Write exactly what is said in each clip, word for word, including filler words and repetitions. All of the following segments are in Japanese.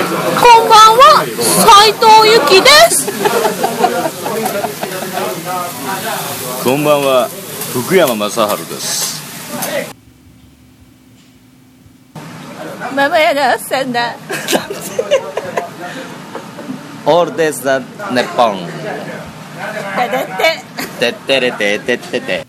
こんばんは、斉藤由貴です。 こんばんは、福山雅治です。 ママやなおっさんだ。 オールデイズ・ザ・ネッポン。 てててってれててってて。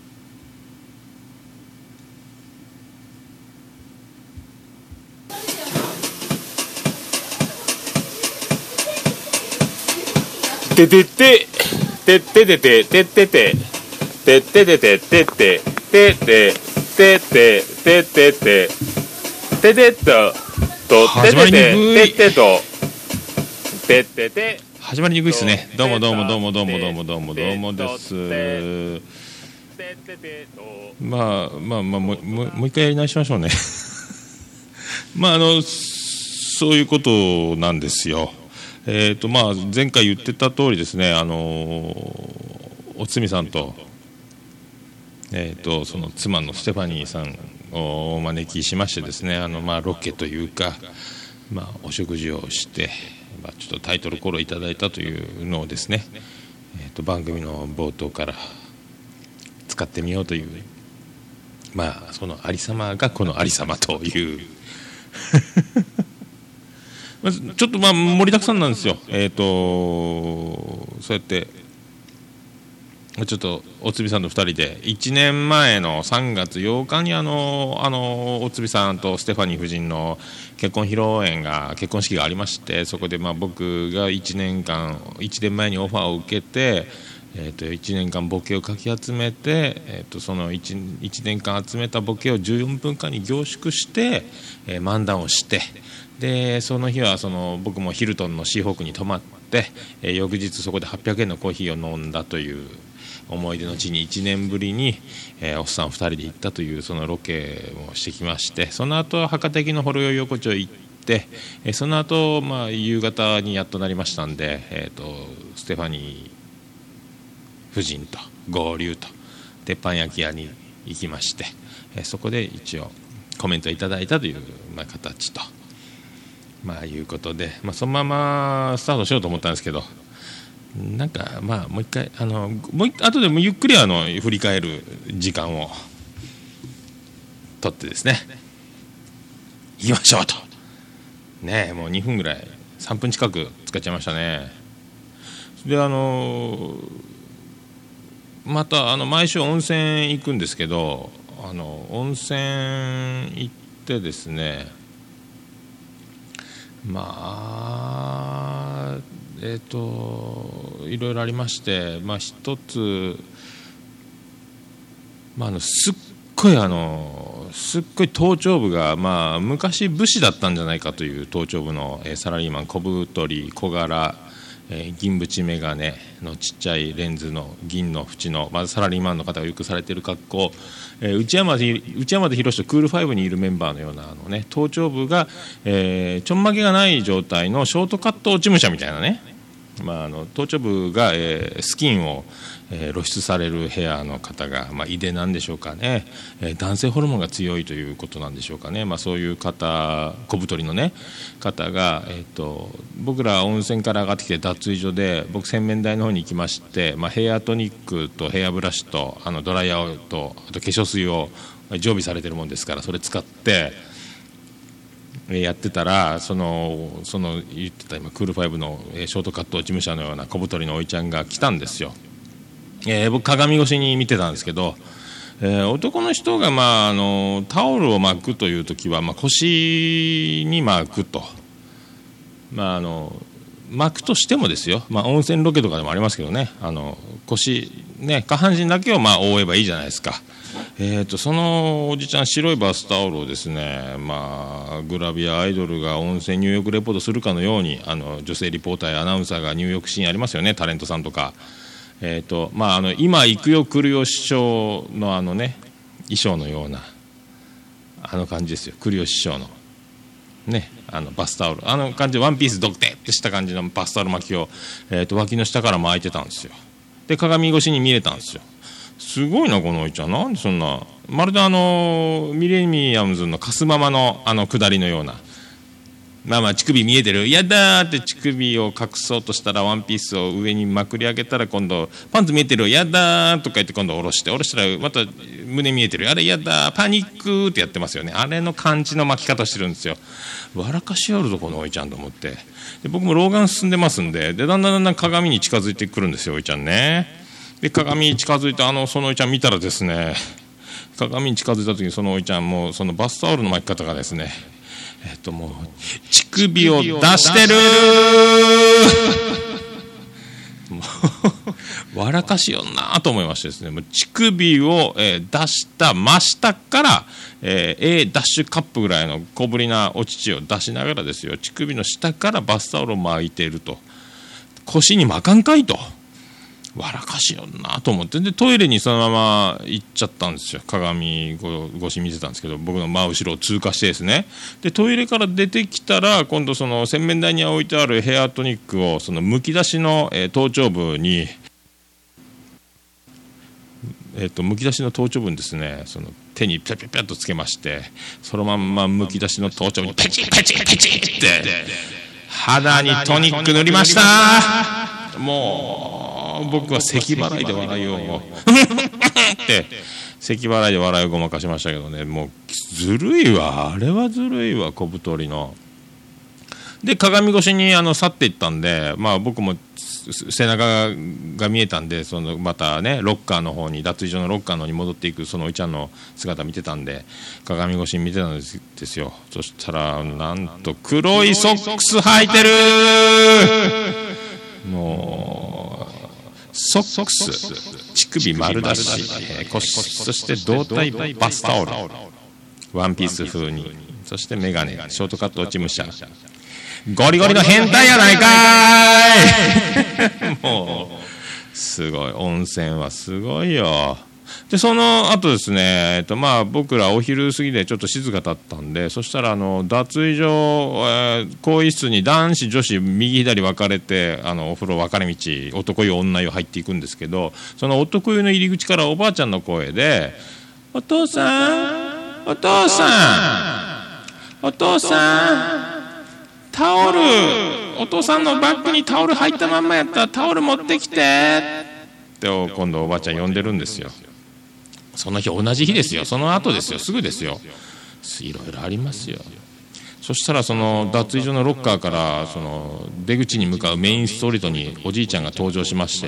ててててっててててってててっててててててててててててててととててててとててて。 始まりにくいっすね。どうもどうもどうもどうもどうもどうもどうもです。まあまあまあもうもう一回やり直しましょうね。まああのそういうことなんですよ。えーとまあ、前回言ってた通りですね、あのおつみさんと、えーとその妻のステファニーさんをお招きしましてですね、あのまあロケというか、まあ、お食事をして、まあ、ちょっとタイトルコールをいただいたというのをですね、えーと番組の冒頭から使ってみようという、まあそのありさまがこのありさまというちょっとまあ盛りだくさんなんですよ。えっとそうやってちょっとおつびさんとふたりでいちねんまえのさんがつようかにあのあのおつびさんとステファニー夫人の結婚披露宴が結婚式がありまして、そこでまあ僕がいちねんかんいちねんまえにオファーを受けて、えー、といちねんかんボケをかき集めて、えー、とその 1, いちねんかん集めたボケをじゅうよんぷんかんに凝縮して、えー、漫談をして、でその日はその僕もヒルトンのシーホークに泊まって、えー、翌日そこではっぴゃくえんのコーヒーを飲んだという思い出の地にいちねんぶりに、えー、おっさんふたりで行ったというそのロケをしてきまして、その後博多駅のほろ酔い横丁行って、えー、その後、まあ夕方にやっとなりましたんで、えー、とステファニー夫人と合流と鉄板焼き屋に行きまして、えー、そこで一応コメントいただいたという、まあ、形と、まあ、いうことで、まあ、そのままスタートしようと思ったんですけど、なんかまあもう一回あのもう一後でもゆっくりあの振り返る時間を取ってですね、行きましょうとねえ、もうにふんぐらいさんぷん近く使っちゃいましたね。であのまたあの毎週温泉行くんですけど、あの温泉行ってですね、まあえっといろいろありまして、まあ一つ、まあ、あのすっごいあのすっごい頭頂部が、まあ、昔武士だったんじゃないかという頭頂部の、えー、サラリーマン、小太り小柄、えー、銀縁眼鏡のちっちゃいレンズの銀の縁の、まずサラリーマンの方がよくされている格好、えー、内山で内山で博士とクールファイブにいるメンバーのようなあの、ね、頭頂部が、えー、ちょんまげがない状態のショートカット落ち武者みたいなね、まあ、あの頭頂部が、えー、スキンを、えー、露出されるヘアの方が、まあ、遺伝なんでしょうかね、えー、男性ホルモンが強いということなんでしょうかね、まあ、そういう方、小太りの、ね、方が、えー、と僕ら温泉から上がってきて脱衣所で僕洗面台の方に行きまして、まあ、ヘアトニックとヘアブラシとあのドライヤーとあと化粧水を常備されているもんですから、それ使ってやってたら、そのその言ってた今クールファイブのショートカット事務所のような小太りのおいちゃんが来たんですよ。えー、僕鏡越しに見てたんですけど、えー、男の人が、まあ、あのタオルを巻くという時は、まあ、腰に巻くと、まあ、あの巻くとしてもですよ、まあ、温泉ロケとかでもありますけどね、あの腰、ね、下半身だけをまあ覆えばいいじゃないですか。えー、とそのおじちゃん白いバスタオルをですね、まあ、グラビアアイドルが温泉入浴レポートするかのように、あの女性リポーターやアナウンサーが入浴シーンありますよね、タレントさんとか、えーとまあ、あの今行くよ来るよ師匠のあのね衣装のようなあの感じですよ、来るよ師匠のね、あのバスタオル、あの感じでワンピースドクテってした感じのバスタオル巻きを、えー、と脇の下から巻いてたんですよ。で鏡越しに見えたんですよ。すごいなこのおいちゃん、なんでそんな、まるであのミレニアムズのカスママのあの下りのようなまあまあ乳首見えてる、やだーって乳首を隠そうとしたらワンピースを上にまくり上げたら今度パンツ見えてる、やだーとか言って今度下ろして下ろしたらまた胸見えてる、あれやだーパニックってやってますよね。あれの感じの巻き方してるんですよ。笑かしよるぞこのおいちゃんと思って、で僕も老眼進んでますんで、でだんだんだんだん鏡に近づいてくるんですよおいちゃんね。で鏡に近づいてあのそのおいちゃん見たらですね、鏡に近づいた時にそのおいちゃんもそのバスタオルの巻き方がですね、えっともう乳首を出してるもう笑かしよんなと思いましてですね、もう乳首を、えー、出した真下から、えー、A ダッシュカップぐらいの小ぶりなお乳を出しながらですよ、乳首の下からバスタオルを巻いていると、腰に巻かんかいと笑かしよんなと思って、でトイレにそのまま行っちゃったんですよ。鏡越し見てたんですけど、僕の真後ろを通過してですね、でトイレから出てきたら今度その洗面台に置いてあるヘアトニックをそのむき出しの、えー、頭頂部に、えー、とむき出しの頭頂部にですね、その手にピャピャピャッとつけまして、そのまんまむき出しの頭頂部にペチペチペチって肌にトニック塗りました。もう僕は咳払いで笑いをって咳払いで笑いをごまかしましたけどね、もうずるいわ、あれはずるいわ、小太りの。で鏡越しにあの去っていったんで、まあ僕も背中が見えたんで、そのまたねロッカーの方に、脱衣所のロッカーの方に戻っていくそのおいちゃんの姿見てたんで、鏡越しに見てたんですですよ。そしたらなんと黒いソックス履いてるもうソックス、乳首丸出し、えー、腰、そして胴体バスタオル、ワンピース風に、そしてメガネ、ショートカット落ち武者、ゴリゴリの変態やないかーいもうすごい、温泉はすごいよ。でその後ですね、えっとまあ、僕らお昼過ぎでちょっと静かだったんで、そしたらあの脱衣所、えー、更衣室に男子女子右左分かれて、あのお風呂分かれ道、男湯女湯入っていくんですけど、その男湯の入り口からおばあちゃんの声で、お父さんお父さんお父さんタオル、お父さんのバッグにタオル入ったまんまやったらタオル持ってきてって今度おばあちゃん呼んでるんですよ。その日同じ日ですよ、その後ですよ、すぐですよ、いろいろありますよ。そしたらその脱衣所のロッカーからその出口に向かうメインストリートにおじいちゃんが登場しまして、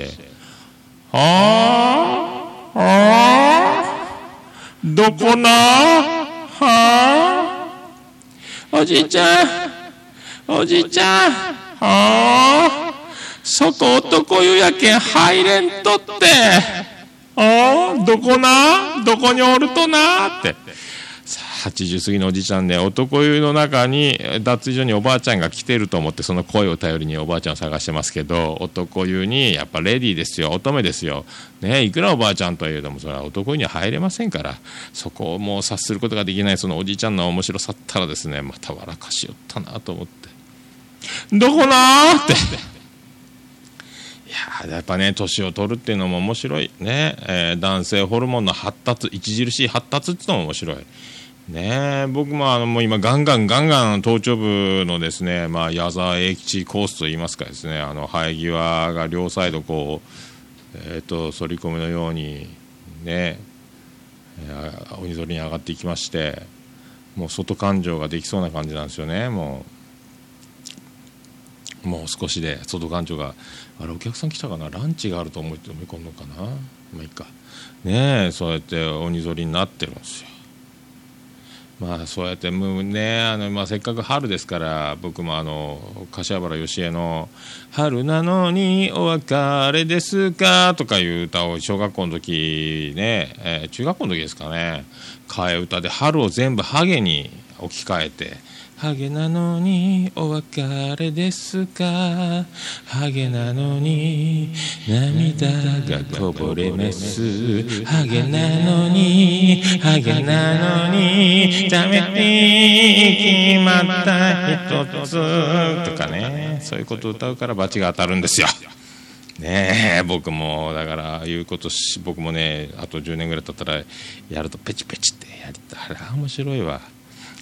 はあはあどこなはあおじいちゃんおじいちゃんはあそこ男湯やけん入れんとって、ああどこなどこにおるとなって、はちじゅう過ぎのおじちゃんで、男湯の中に脱衣所におばあちゃんが来てると思って、その声を頼りにおばあちゃんを探してますけど、男湯にやっぱレディーですよ、乙女ですよね、いくらおばあちゃんといえどもそれは男湯には入れませんから、そこをもう察することができないそのおじいちゃんの面白さったらですね、また笑かしよったなと思って、どこなーっていややっぱね、年を取るっていうのも面白いね、えー、男性ホルモンの発達、著しい発達っていうのも面白いね。僕もあのもう今ガンガンガンガン頭頂部のですね、まあ、矢沢永吉コースといいますかですね、あの生え際が両サイドこう、えー、と反り込みのようにね、鬼反りに上がっていきまして、もう外感情ができそうな感じなんですよね。もうもう少しで外感情が、あれお客さん来たかな、ランチがあると思って飲み込むのかな、まあいいかねえ、そうやって鬼反りになってるんですよ。まあそうやってもうね、あの、まあ、せっかく春ですから、僕もあの柏原芳恵の「春なのにお別れですか」とかいう歌を小学校の時ね、えー、中学校の時ですかね、替え歌で春を全部ハゲに置き換えて、ハゲなのにお別れですか、ハゲなのに涙がこぼれます、ハゲなのにハゲなのにダメに決まった一つとかね、そういうことを歌うからバチが当たるんですよねえ。僕もだからいうことし、僕もねあとじゅうねんぐらい経ったらやるとペチペチってやりたい、あれ面白いわ。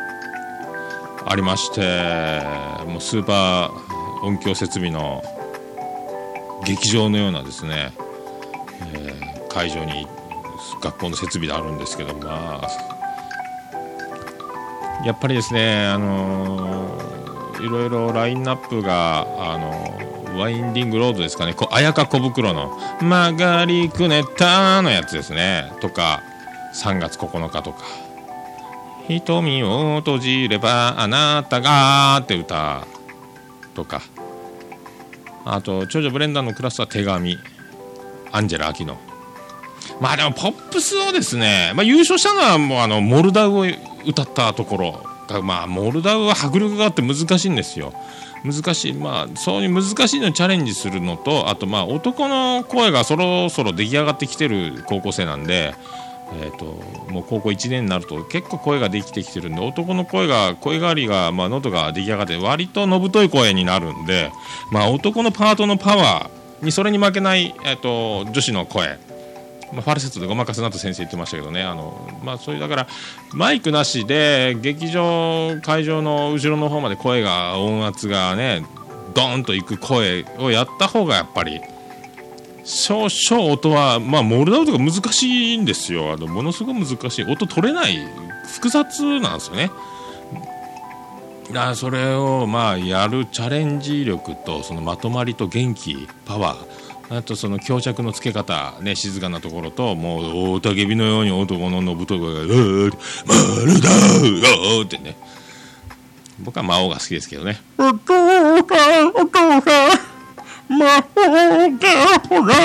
ありまして、もうスーパー音響設備の劇場のようなですね、えー、会場に学校の設備があるんですけど、まあやっぱりですね、あのー、いろいろラインナップが、あのー、ワインディングロードですかね、綾香小袋の曲がりくねったのやつですねとか、さんがつここのかとか、瞳を閉じればあなたがって歌とか、あと長女ブレンダーのクラスは手紙、アンジェラ・アキノ。まあでもポップスをですね、まあ、優勝したのはもうあのモルダウを歌ったところが、まあモルダウは迫力があって難しいんですよ。難しい、まあそういう難しいのにチャレンジするのと、あとまあ男の声がそろそろ出来上がってきてる高校生なんで、えー、ともう高校いちねんになると結構声ができてきてるんで、男の声が声変わりが、まあ、喉が出来上がって割とのぶとい声になるんで、まあ、男のパートのパワーにそれに負けない、えー、と女子の声、まあ、ファルセットでごまかすなと先生言ってましたけどね、あの、まあ、そういうだからマイクなしで劇場会場の後ろの方まで声が音圧がねドーンといく声をやった方がやっぱり少々音は、まあ、モルダウとか難しいんですよ。あのものすごい難しい、音取れない複雑なんですよね。だからそれをまあやるチャレンジ力とそのまとまりと元気パワー、あとその強着のつけ方、ね、静かなところともう大たけびのように男ののぶとい声が「モルダウ」ってね、僕は魔王が好きですけどね。お父さんお父さん魔法がほら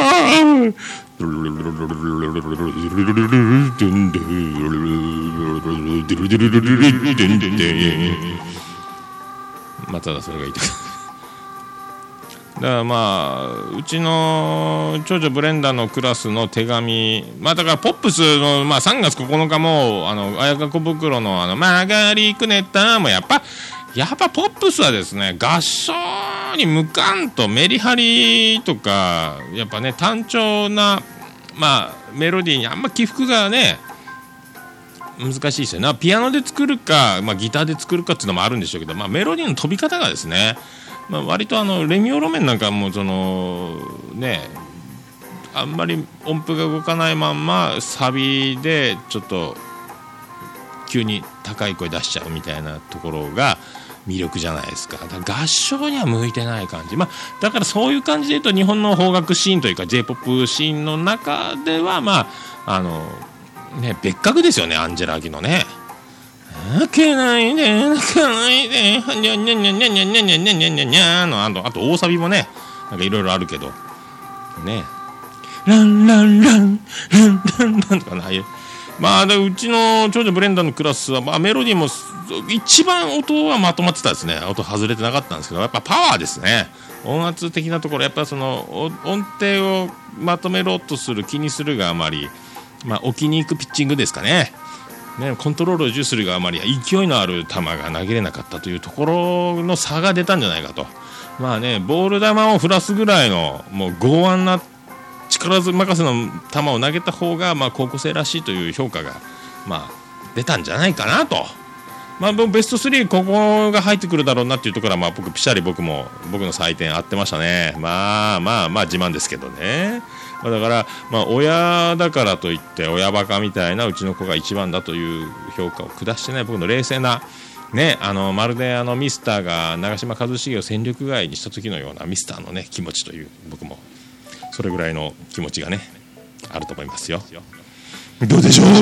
まただそれが言いたくだからまあうちの長女ブレンダーのクラスの手紙、まあだからポップスの、まあ、さんがつここのかもあの綾香小袋のあの曲がりくねったもやっぱやっぱポップスはですね、合唱に向かんとメリハリとかやっぱね単調な、まあ、メロディーにあんま起伏がね難しいですよね。ピアノで作るか、まあ、ギターで作るかっていうのもあるんでしょうけど、まあ、メロディーの飛び方がですね、まあ、割とあのレミオロメンなんかもそのねあんまり音符が動かないまんまサビでちょっと急に高い声出しちゃうみたいなところが魅力じゃないですか。だから合唱には向いてない感じ、まあ、だからそういう感じで言うと日本の邦楽シーンというか J-ポップ シーンの中ではまああのね別格ですよね。アンジェラ・アキのね泣けないで泣かないでにゃにゃにゃにゃにゃにゃにゃにゃにゃにゃにゃのあとあと大サビもねなんかいろいろあるけどねランランランランランランとかねああいうまあ、うちの長女ブレンダーのクラスは、まあ、メロディーも一番音はまとまってたですね。音外れてなかったんですけどやっぱパワーですね。音圧的なところやっぱその音程をまとめろとする気にするがあまり、まあ、置きに行くピッチングですかね。ねコントロールを重視するがあまり勢いのある球が投げれなかったというところの差が出たんじゃないかと。まあねボール球を振らすぐらいのもう剛腕な力任せの球を投げた方が、まあ、高校生らしいという評価が、まあ、出たんじゃないかなと、まあ、ベストスリーここが入ってくるだろうなっていうところは、まあ、僕ピシャリ僕も僕の採点合ってましたね。まあまあまあ自慢ですけどね、まあ、だから、まあ、親だからといって親バカみたいなうちの子が一番だという評価を下してない僕の冷静なね、あのまるであのミスターが長嶋一茂を戦力外にした時のようなミスターの、ね、気持ちという僕もそれぐらいの気持ちがねあると思いますよ。どうでしょう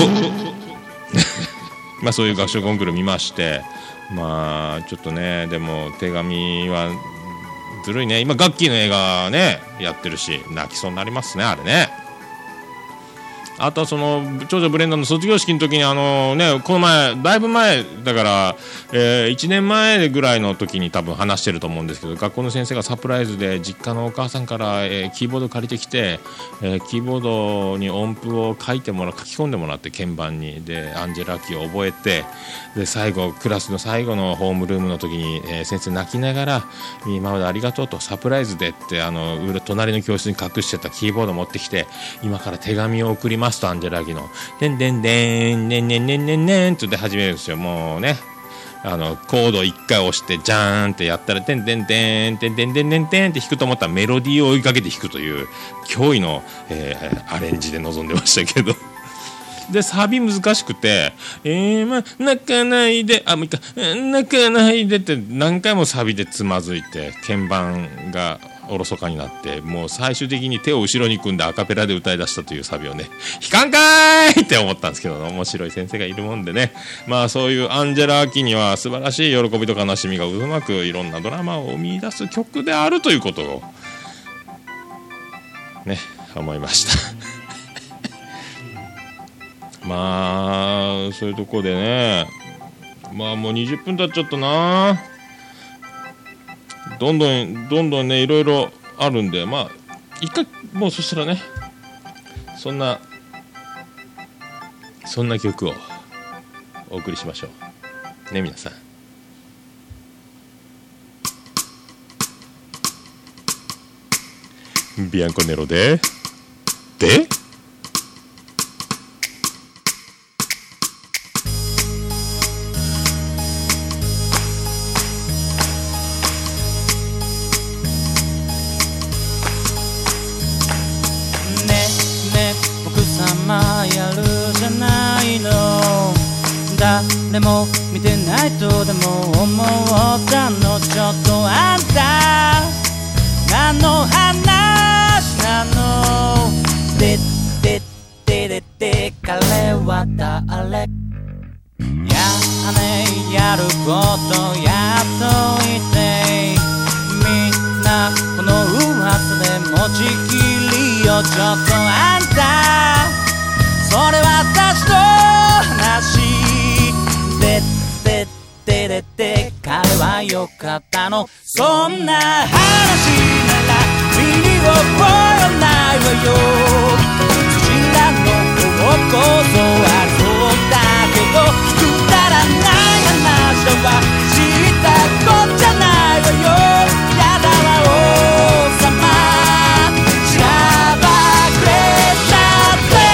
まあそういう合唱コンクール見まして、まあちょっとねでも手紙はずるいね。今ガッキーの映画ねやってるし泣きそうになりますねあれね。あとはその長女ブレンダーの卒業式の時にあのねこの前だいぶ前だから、えー、いちねんまえぐらいの時に多分話してると思うんですけど、学校の先生がサプライズで実家のお母さんから、えー、キーボード借りてきて、えー、キーボードに音符を書いてもら書き込んでもらって鍵盤にでアンジェラ・アキを覚えてで最後クラスの最後のホームルームの時に、えー、先生泣きながら今までありがとうとサプライズでってあの隣の教室に隠してたキーボード持ってきて今から手紙を送りますマスターアンジェラ・アキのでんでんでんねんねんねんねんねんって言って始めるんですよ。もうねあのコードをいっかい押してジャーンってやったらてんてんてんてんてんてんてんてんって弾くと思ったらメロディーを追いかけて弾くという驚異の、えー、アレンジで臨んでましたけどでサビ難しくてえーま泣かないであもう一回泣かないでって何回もサビでつまずいて鍵盤がおろそかになってもう最終的に手を後ろに組んでアカペラで歌い出したというサビをね弾かんかーいって思ったんですけど面白い先生がいるもんでねまあそういうアンジェラ・アキには素晴らしい喜びと悲しみが渦巻くいろんなドラマを生み出す曲であるということをね思いましたまあそういうとこでねまあもうにじゅっぷん経っちゃったなどんどんどんどんねいろいろあるんでまあ一回もうそしたらねそんなそんな曲をお送りしましょうね皆さんビアンコネロででやるじゃないの誰も見てないとでも思ったのちょっとあんた何の話なのででででで彼は誰やねやることやっといてみんなこの噂で持ちきりよちょっとあんたそれ私の話ででででで彼はよかったのそんな話なら身に覚えないわよそちらの方こそあそうだけどくだらない話は知ったこっちゃないわよやだわ王様しらばくれちゃって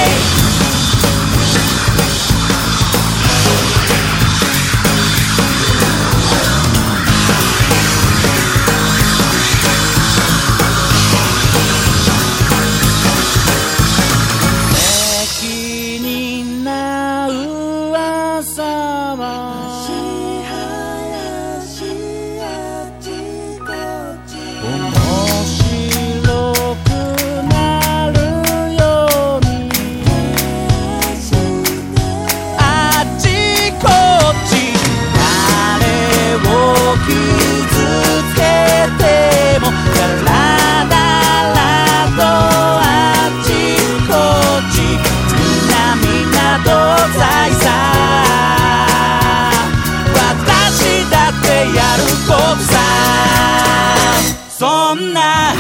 そんな話くらい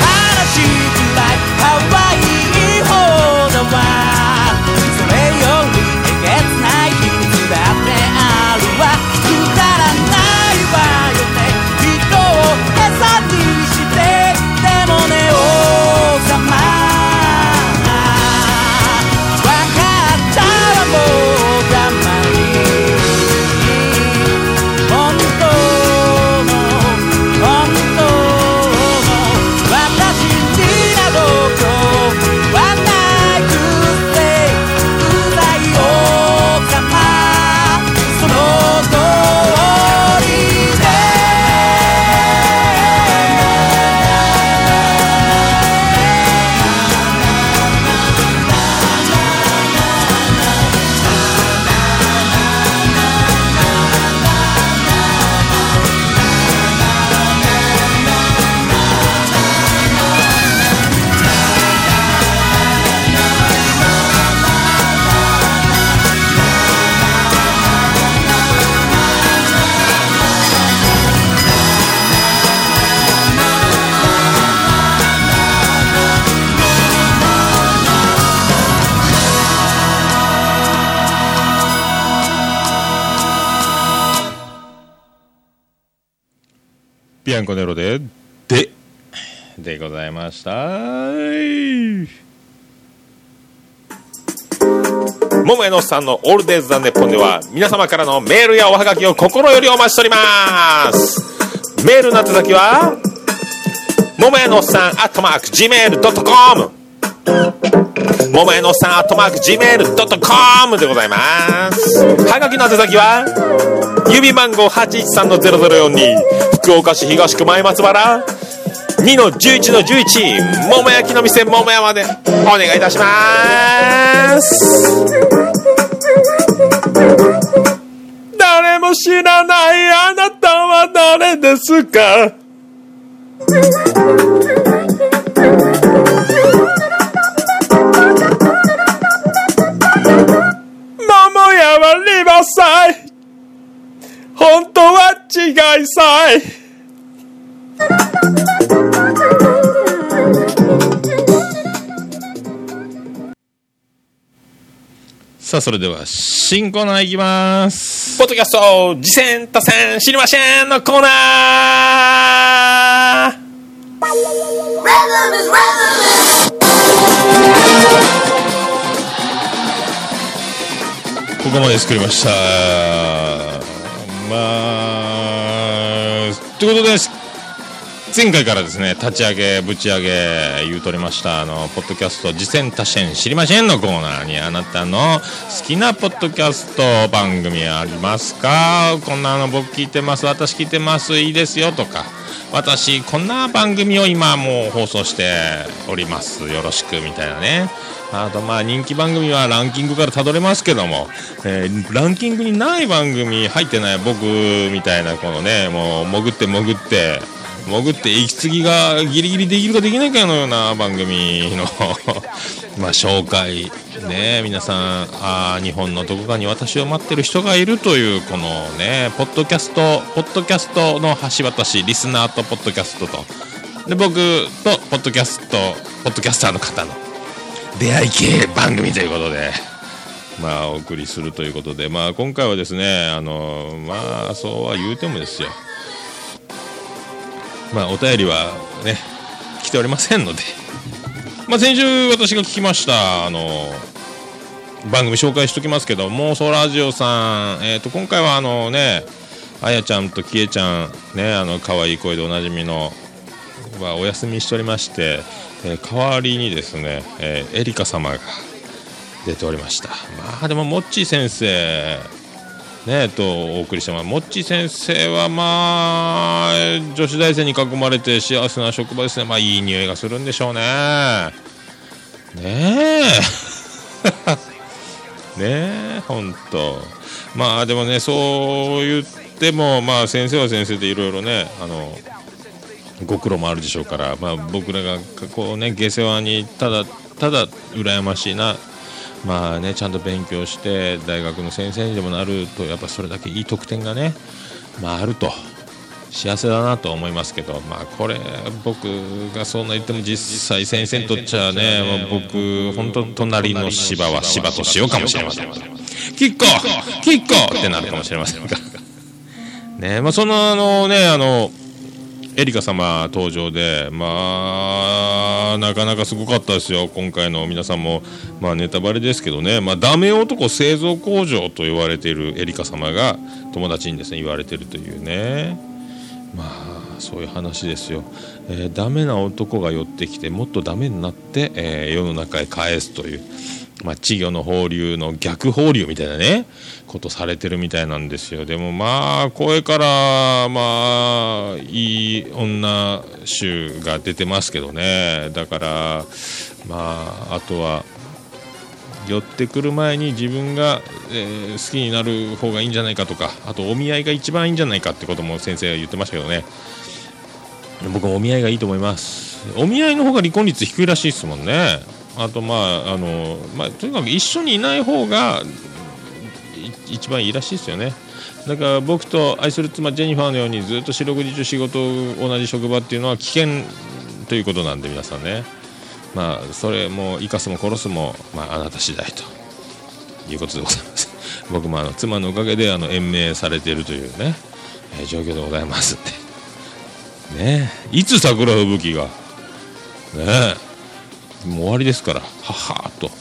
可愛い方だわそれよりえげつない秘密だってあるわくだらないわよね人を餌にしてでもね王様わかったらもうたまに本当の本当ビアンコネロでででございました。も桃屋のおっさんのオールデイズザネッポンでは皆様からのメールやおはがきを心よりお待ちしております。メールの宛先は桃屋のおっさんアットマーク ジーメールドットコム、 桃屋のおっさんアットマーク ジーメールドットコム でございます。はがきの宛先は郵便番号 はちいちさんのゼロゼロよんに 福岡市東区前松原 にのじゅういちのじゅういち 桃焼きの店桃屋までお願いいたします。誰も知らないあなたは誰ですか。桃屋はリバーサイ、本当は違いさい。 さあそれでは新コーナーいきます。 ポッドキャスト次戦多戦知りませんのコーナー。 ここまで作りました。まあということです。前回からですね立ち上げぶち上げ言うとりましたあのポッドキャスト次戦多戦知りませんのコーナーに、あなたの好きなポッドキャスト番組ありますか、こんなの僕聞いてます、私聞いてます、いいですよとか、私こんな番組を今もう放送しております、よろしくみたいなね。あとまあ人気番組はランキングからたどれますけども、えー、ランキングにない番組入ってない僕みたいなこのねもう潜って潜って潜って息継ぎがギリギリできるかできないかのような番組のまあ紹介ね、皆さんあ日本のどこかに私を待ってる人がいるというこのねポッドキャストポッドキャストの橋渡し、リスナーとポッドキャストとで僕とポッドキャストポッドキャスターの方の出会い系番組ということでまあお送りするということで、まあ今回はですねあのまあそうは言うてもですよ、まあお便りはね来ておりませんので、まあ先週私が聞きましたあの番組紹介しときますけど、妄想ラジオさん、えーと今回はあのねあやちゃんときえちゃんねあの可愛い声でおなじみのはお休みしておりまして、えー、代わりにですね、えー、エリカ様が出ておりました。まあでもモッチー先生ねとお送りしてます。モッチー先生はまあ女子大生に囲まれて幸せな職場ですね。まあいい匂いがするんでしょうね。ねえねえ本当まあでもねそう言ってもまあ先生は先生でいろいろねあのご苦労もあるでしょうから、まあ僕らがこうね下世話にただただ羨ましいな。まあねちゃんと勉強して大学の先生にでもなるとやっぱそれだけいい得点がねまああると幸せだなと思いますけど、まあこれ僕がそんな言っても実際先生にとっちゃね、まあ、僕本当隣の芝は芝としようかもしれません。キッコキッコってなるかもしれませんがね、まあそのあのねあのエリカ様登場でまあなかなかすごかったですよ。今回の皆さんもまあネタバレですけどね、まあダメ男製造工場と言われているエリカ様が友達にですね言われているというね、まあそういう話ですよ。えー、ダメな男が寄ってきてもっとダメになって、えー、世の中へ返すという、まあ、稚魚の放流の逆放流みたいなねことされてるみたいなんですよ。でもまあこれからまあいい女衆が出てますけどね、だからまああとは寄ってくる前に自分が、えー、好きになる方がいいんじゃないかとか、あとお見合いが一番いいんじゃないかってことも先生は言ってましたけどね。僕もお見合いがいいと思います。お見合いの方が離婚率低いらしいですもんね。あとまああの、まあ、とにかく一緒にいない方が一番いいらしいですよね。だから僕と愛する妻ジェニファーのようにずっと四六時中仕事同じ職場っていうのは危険ということなんで皆さんね、まあそれも生かすも殺すも、まあ、あなた次第ということでございます。僕もあの妻のおかげであの延命されているというね、えー、状況でございますんでね。いつ桜吹雪がねもう終わりですからははーっと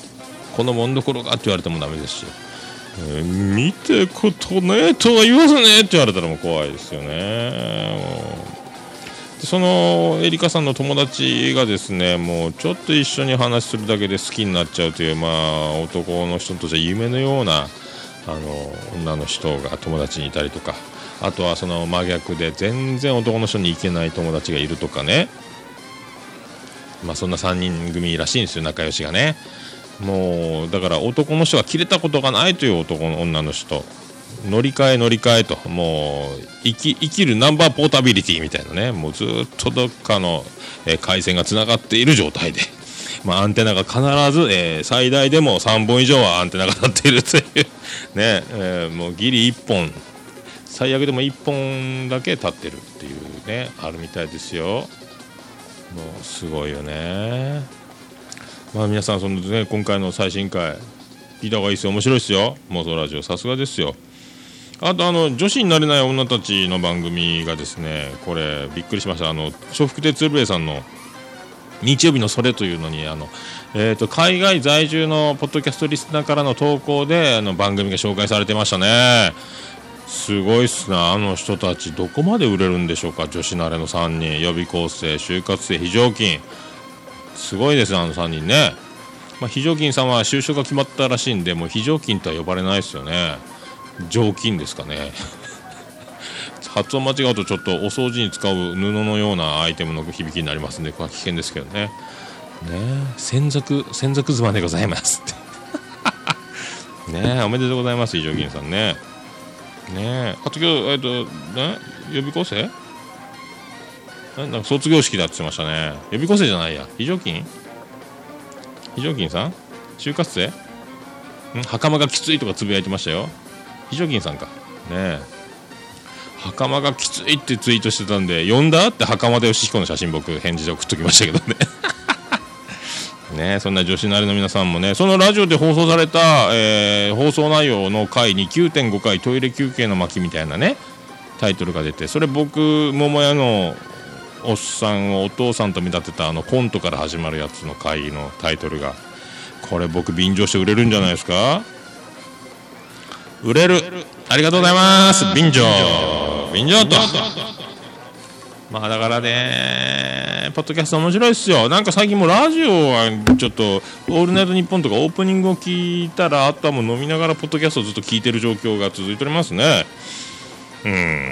このもんどころがって言われてもダメですし、えー、見てことねとは言わずねって言われたらもう怖いですよね。でそのエリカさんの友達がですね、もうちょっと一緒に話するだけで好きになっちゃうという、まあ男の人としては夢のようなあの女の人が友達にいたりとか、あとはその真逆で全然男の人に行けない友達がいるとかね、まあそんなさんにん組らしいんですよ、仲良しがね。もうだから男の人が切れたことがないという男の女の人、乗り換え乗り換えと、もう生き、生きるナンバーポータビリティみたいなね、もうずっとどっかの、えー、回線がつながっている状態で、まあ、アンテナが必ず、えー、最大でもさんぼん以上はアンテナが立っているというね、えー、もうギリいっぽん、最悪でもいっぽんだけ立ってるっていうね、あるみたいですよ。もうすごいよね。まあ皆さんその、ね、今回の最新回聞いた方がいいですよ。面白いですよ、妄想ラジオ。さすがですよ。あとあの女子になれない女たちの番組がですね、これびっくりしました。あの笑福亭鶴瓶さんの日曜日のそれというのに、あの、えー、と海外在住のポッドキャストリスナーからの投稿であの番組が紹介されてましたね。すごいっすな、あの人たちどこまで売れるんでしょうか。女子なれのさんにん、予備校生、就活生、非常勤、すごいですね、あのさんにんね。まあ、非常勤さんは就職が決まったらしいんで、もう非常勤とは呼ばれないですよね。常勤ですかね発音間違うとちょっとお掃除に使う布のようなアイテムの響きになりますんで、これは危険ですけどね。ねえ、専属専属妻でございますってねえ、おめでとうございます、非常勤さんね。ねえ、あと今日、えっとね、予備校生なんか卒業式だって言ってましたね。予備校生じゃないや、非常勤非常勤さん、就活生ん、袴がきついとかつぶやいてましたよ。非常勤さんかねえ、袴がきついってツイートしてたんで、呼んだって袴田義彦の写真僕返事で送っときましたけどねねえ、そんな女子なりの皆さんもね、そのラジオで放送された、えー、放送内容の回に きゅうてんご 回トイレ休憩の巻みたいなねタイトルが出て、それ僕桃屋のおっさんをお父さんと見立てたあのコントから始まるやつの回のタイトルが、これ僕便乗して売れるんじゃないですか。売れる、ありがとうございます。便乗便乗と、まあだからね、ポッドキャスト面白いっすよ。なんか最近もラジオはちょっとオールナイトニッポンとかオープニングを聞いたら、あとはもう飲みながらポッドキャストをずっと聞いてる状況が続いておりますね。うん、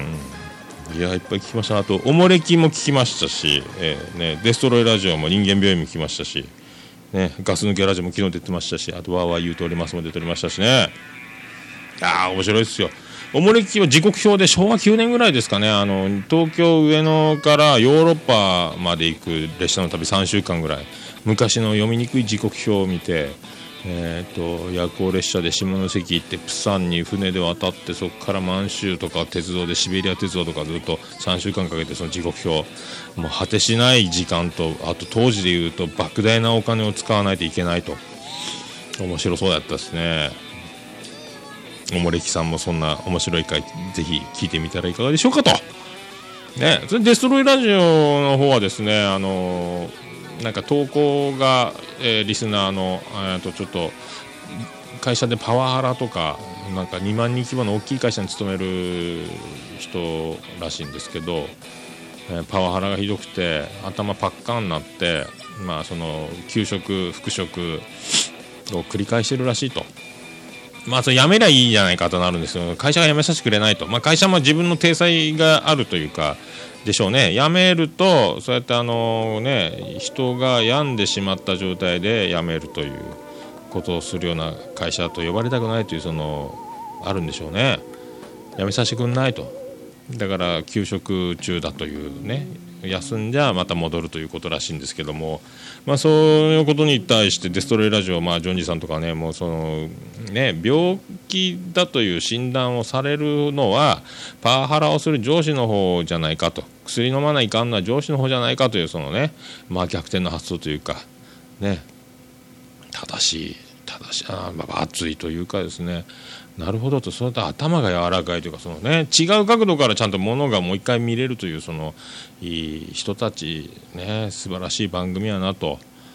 いやいっぱい聞きました。あとおもれきも聞きましたし、えーね、デストロイラジオも人間病院も聞きましたし、ね、ガス抜けラジオも昨日出てましたし、あとワーワー言うとおりますも出ておりましたしね。ああ面白いですよ。おもれきは時刻表でしょうわきゅうねんぐらいですかね、あの東京上野からヨーロッパまで行く列車の旅さんしゅうかんぐらい、昔の読みにくい時刻表を見て、えー、と夜行列車で下関行ってプサンに船で渡って、そこから満州とか鉄道でシベリア鉄道とかずっとさんしゅうかんかけて、その時刻表もう果てしない時間と、あと当時でいうと莫大なお金を使わないといけないと、面白そうだったですね。おもれきさんもそんな面白い回ぜひ聞いてみたらいかがでしょうかとね。それデストロイラジオの方はですね、あのー、なんか投稿が、えー、リスナーのえとちょっと会社でパワハラとか、なんかにまんにん規模の大きい会社に勤める人らしいんですけど、えー、パワハラがひどくて頭パッカンになって、まあその給食復職を繰り返してるらしいと。まあそれ辞めりゃいいじゃないかとなるんですよ。会社が辞めさせてくれないと、まあ、会社も自分の体裁があるというかでしょうね。辞めるとそうやってあのね、人が病んでしまった状態で辞めるということをするような会社と呼ばれたくないという、そのあるんでしょうね。辞めさせてくんないと、だから休職中だというね、休んじゃまた戻るということらしいんですけども、まあそういうことに対してデストロイラジオ、まあジョンジさんとかね、もうそのね、病気だという診断をされるのはパワハラをする上司の方じゃないかと、薬飲まないかんのは上司の方じゃないかという、そのね、まあ逆転の発想というかね、正しい正しいあ、まあ、熱いというかですね、なるほどと、それと頭が柔らかいというか、そのね、違う角度からちゃんとものがもう一回見れるという、そのいい人たちね、素晴らしい番組やなと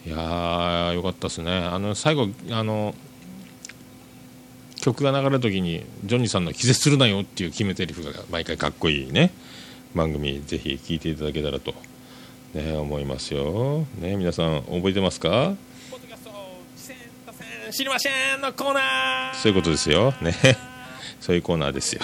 いやーよかったですね。あの最後あの曲が流れる時にジョニーさんの気絶するなよっていう決め台詞が毎回かっこいいね番組、ぜひ聴いていただけたらと、ね、思いますよ、ね、皆さん覚えてますか？ポッドキャスト知りませんのコーナー、そういうことですよねそういうコーナーですよ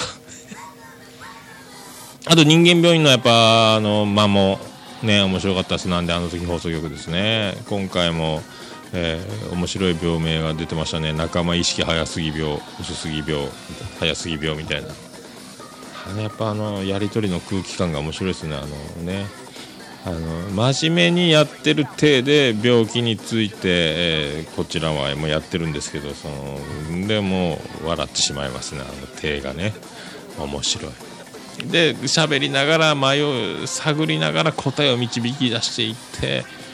あと人間病院のやっぱあの間もね面白かったです。なんであの時放送局ですね。今回も、えー、面白い病名が出てましたね。仲間意識早すぎ病、薄すぎ病、早すぎ病みたいな。あのやっぱあのやり取りの空気感が面白いですね。あのねあの真面目にやってる体で病気について、えー、こちらはもうやってるんですけど、そのでも笑ってしまいますね。あの体がね面白いで喋りながら迷う探りながら答えを導き出していって、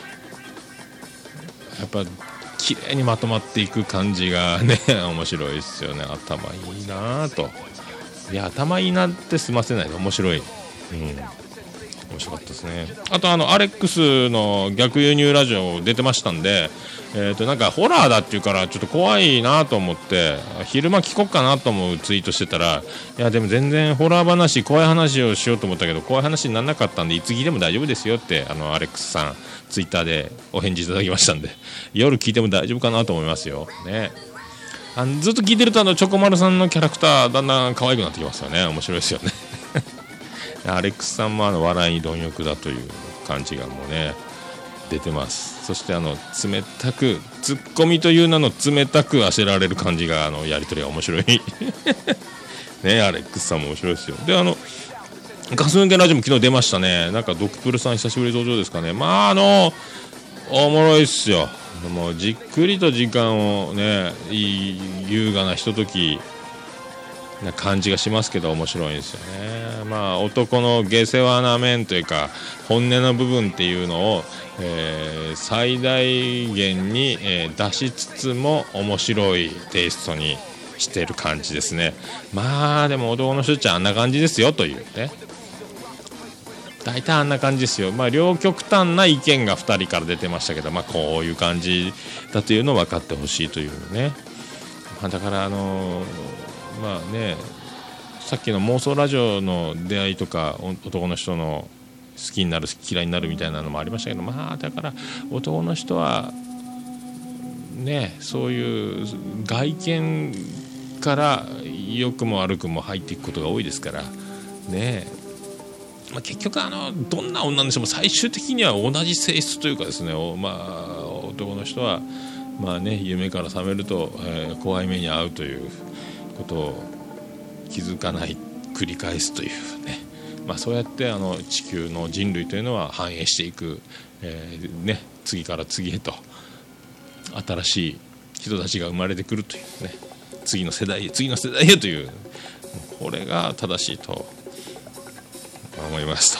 やっぱ綺麗にまとまっていく感じがね面白いですよね。頭いいなと。いや頭いいなって済ませないで面白い、うん、面白かったですね。あとあのアレックスの逆輸入ラジオ出てましたんで、えーとなんかホラーだっていうからちょっと怖いなと思って昼間聞こうかなと思うツイートしてたら、いやでも全然ホラー話怖い話をしようと思ったけど怖い話にならなかったんでいつ聞いても大丈夫ですよってあのアレックスさんツイッターでお返事いただきましたんで、夜聞いても大丈夫かなと思いますよね。あのずっと聞いてるとあのチョコマルさんのキャラクターだんだん可愛くなってきますよね。面白いですよねアレックスさんもあの笑いに貪欲だという感じがもうね出てます。そしてあの冷たくツッコミという名の冷たくあしられる感じがあのやり取りが面白いねアレックスさんも面白いですよ。であのガス抜けラジオも昨日出ましたね。なんかドクプルさん久しぶり登場ですかね。まああのおもろいっすよ。もうじっくりと時間をねいい優雅なひとときな感じがしますけど面白いんですよね。まあ男の下世話な面というか本音の部分っていうのを、えー、最大限に、えー、出しつつも面白いテイストにしてる感じですね。まあでも男の人っちゃあんな感じですよというね、大体あんな感じですよ。まあ両極端な意見がふたりから出てましたけど、まあこういう感じだというのを分かってほしいというね、まあ、だからあのー、まあねさっきの妄想ラジオの出会いとか男の人の好きになる嫌いになるみたいなのもありましたけど、まあだから男の人はねそういう外見から良くも悪くも入っていくことが多いですからね。まあ、結局あのどんな女の人も最終的には同じ性質というかですね、まあ、男の人はまあね夢から覚めると、えー、怖い目に遭うということを気づかない繰り返すというね、まあ、そうやってあの地球の人類というのは繁栄していく、えーね、次から次へと新しい人たちが生まれてくるというね、次の世代へ次の世代へというこれが正しいと思います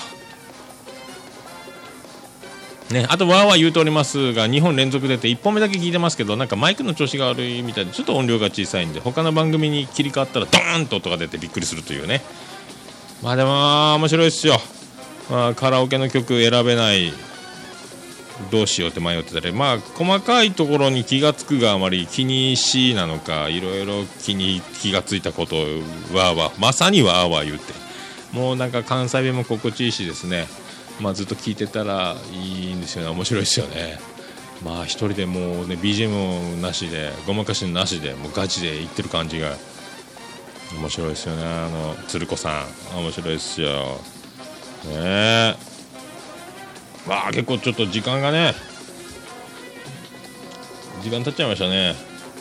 と、ね、あとわーわー言うておりますがにほん連続出ていっぽんめだけ聞いてますけど、なんかマイクの調子が悪いみたいでちょっと音量が小さいんで他の番組に切り替わったらドーンと音が出てびっくりするというね。まあでも面白いですよ、まあ、カラオケの曲選べないどうしようって迷ってたり、まあ細かいところに気がつくがあまり気にしなのかいろいろ気に気がついたことをわーわーまさにわーわー言うて、もうなんか関西弁も心地いいしですね、まあずっと聞いてたらいいんですよね。面白いですよね。まあ一人でもうね ビージーエム なしでごまかしなしでもうガチで言ってる感じが面白いですよね。あの鶴子さん面白いですよねえ。まあ結構ちょっと時間がね時間経っちゃいましたね。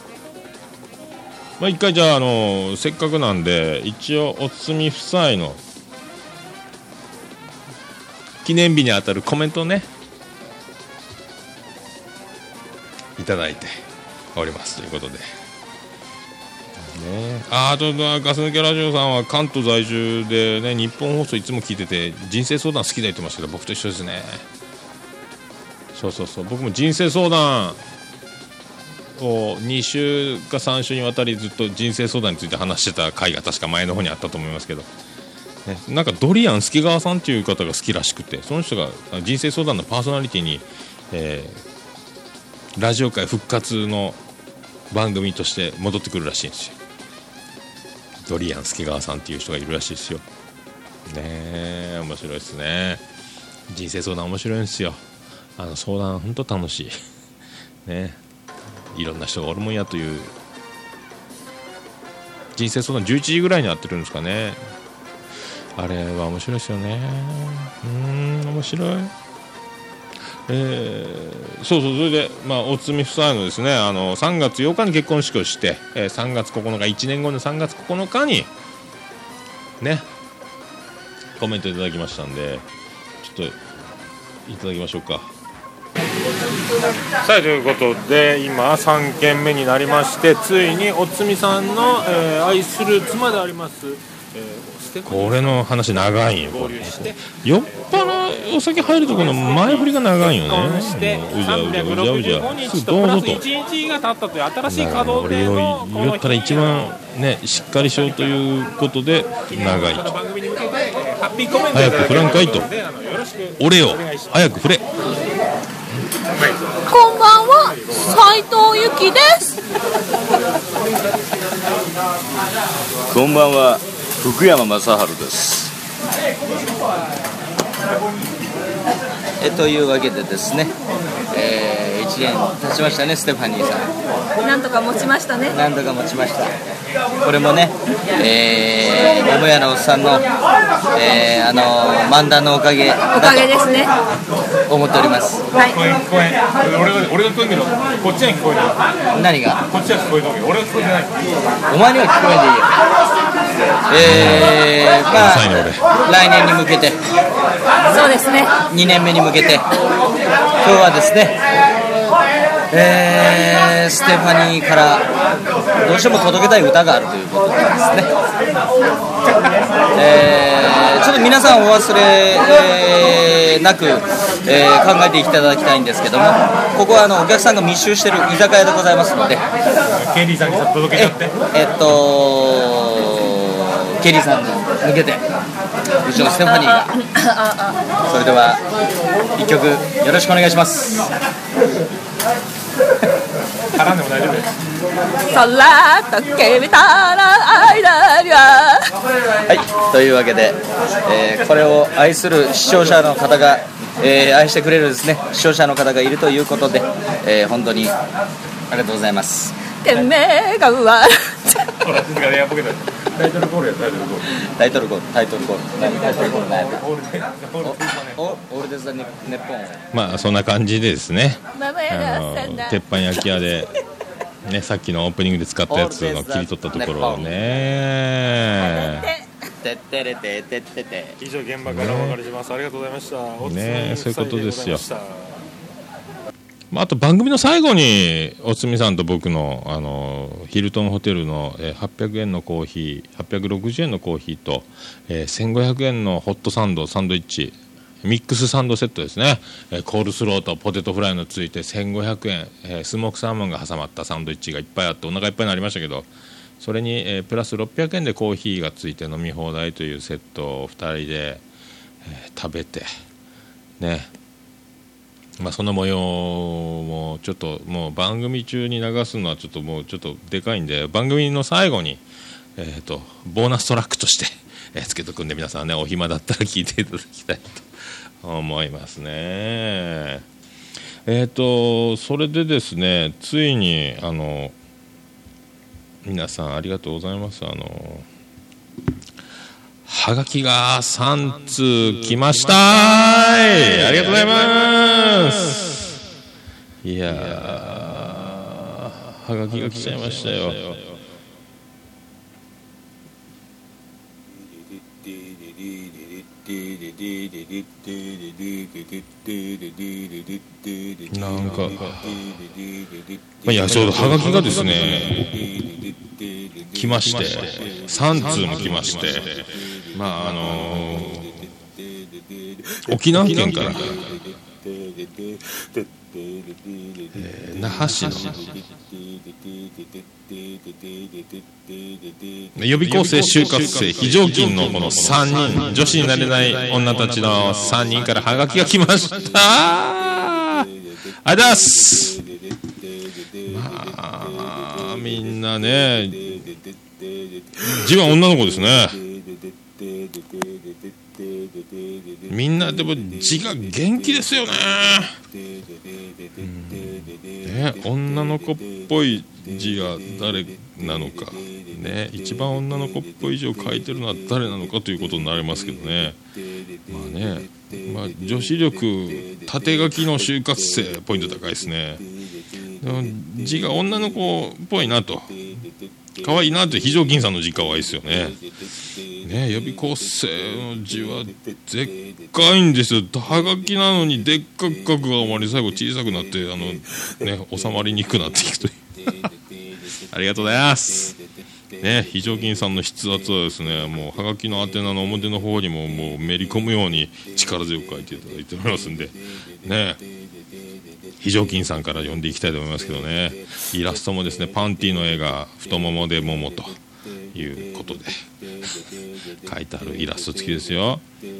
まあ一回じゃああのせっかくなんで一応おつみ夫妻の記念日にあたるコメントをねいただいておりますということで、ね、あ, あとガス抜けラジオさんは関東在住でね日本放送いつも聞いてて人生相談好きだ言ってましたけど僕と一緒ですね。そうそうそう僕も人生相談をに週かさん週にわたりずっと人生相談について話してた回が確か前の方にあったと思いますけど、ね、なんかドリアン助川さんっていう方が好きらしくてその人が人生相談のパーソナリティに、えラジオ界復活の番組として戻ってくるらしいんですよ。ドリアン助川さんっていう人がいるらしいですよ。ねえ、面白いですね。人生相談面白いんですよ。あの相談本当楽しいね。いろんな人がおるもんやという。人生相談じゅういちじぐらいにやってるんですかね。あれは面白いですよね。うーん、面白い。えー、そうそう、それで、まあ、おつみ夫妻のですね、あのさんがつようかに結婚式をして、えー、さんがつここのか、いちねんごのさんがつここのかにねコメントいただきましたんで、ちょっといただきましょうか。 さあ、ということで今さんけんめになりまして、ついにおつみさんの、えー、愛する妻であります、えーこれの話長いんよ。これ酔っ払いお酒入るところの前振りが長いよね。うじゃうじゃうじゃうじゃすぐどうぞと。 いちにちが経ったという新しい稼働での言ったら一番ねしっかりしようということで長いと。早く振らんかいと。俺よ早く振れ。 こんばんは、斉藤由貴です。 こんばんは、福山雅治です。えというわけでですね、えー、いちねん経ちましたね。ステファニーさんなんとか持ちましたね。 なんとか持ちました。これもね、えー、桃屋のおっさんの、えー、あの漫談のおかげだとおかげですね思っております。 はい。 聞こえ俺が俺が聞こえんけど、こっちは聞こえない。 何が？ こっちは聞こえとけど、俺は聞こえてない。 お前には聞こえんでいいよ。えー、まあ来年に向けて、 そうですね。 にねんめに向けて、今日はですね、えー、ステファニーからどうしても届けたい歌があるということでですね、えー、ちょっと皆さんお忘れ、えー、なく、えー、考えていただきたいんですけども、ここはあのお客さんが密集している居酒屋でございますので、 ケリーさんに届けちゃって、 ええっとケリーさんに向けてうちのステファニーがそれではいっきょくよろしくお願いします。 絡んでも大丈夫です。 空とけびたら間には。 はい、というわけで、えー、これを愛する視聴者の方が、えー、愛してくれるですね視聴者の方がいるということで、えー、本当にありがとうございます。 てめえが笑ほら、静かでやっぽけた。タイトルコールや、タイトルコール。 タイトルコール、タイトルコール。何タイトルコール何やった？ オールデンオールデンザネッポン。 まあそんな感じでですね、 ママあやのらせんだ。 鉄板焼き屋でね、さっきのオープニングで使ったやつの切り取ったところをね、 てってれててってて。 以上現場からお別れします。ありがとうございました。 ね、そういうことですよ。まあ、あと番組の最後におつみさんと僕の、あのヒルトンホテルの、えー、はっぴゃくえんのコーヒーはっぴゃくろくじゅうえんのコーヒーと、えー、せんごひゃくえんのホットサンドサンドイッチミックスサンドセットですね、えー、コールスローとポテトフライのついてせんごひゃくえん、えー、スモークサーモンが挟まったサンドイッチがいっぱいあってお腹いっぱいになりましたけど、それに、えー、プラスろっぴゃくえんでコーヒーがついて飲み放題というセットをふたりで、えー、食べてね、まあ、その模様もちょっともう番組中に流すのはちょっともうちょっとでかいんで、番組の最後に、えー、とボーナストラックとして、えー、つけとくんで、皆さんねお暇だったら聞いていただきたいと思いますね。えっ、とそれでですね、ついにあの皆さんありがとうございます。あのはがきがさんつう来ましたーい、ありがとうございます。いやー、はがきが来ちゃいましたよ。なんか、まあ、いやちょうどはがきがですね来まして、さんつうも来まして、まああのー、沖縄県から、えー、那覇市の予備校生就活生非常勤のこのさんにん、女子になれない女たちのさんにんからハガキが来ました。ありがとうございます。 なね、字は女の子ですね。みんなでも字が元気ですよね。うん、ね、女の子っぽい字が誰なのか、ね、一番女の子っぽい字を書いてるのは誰なのかということになりますけどね。まあね、まあ、女子力縦書きの就活生ポイント高いですね。でも字が女の子っぽいなと、可愛いなって、非常勤さんの字可愛いですよね。ね、予備校生の字はでっかいんですよ。はがきなのにでっかく書くがあまり最後小さくなって、あのね、収まりにくくなっていくというありがとうございます。ね、非常勤さんの筆圧はですね、もうはがきの宛名の表の方にももうめり込むように力強く書いていただいておりますんでね、非常勤さんから読んでいきたいと思いますけどね。イラストもですね、パンティの絵が太ももで桃ということで書いてあるイラスト付きですよ。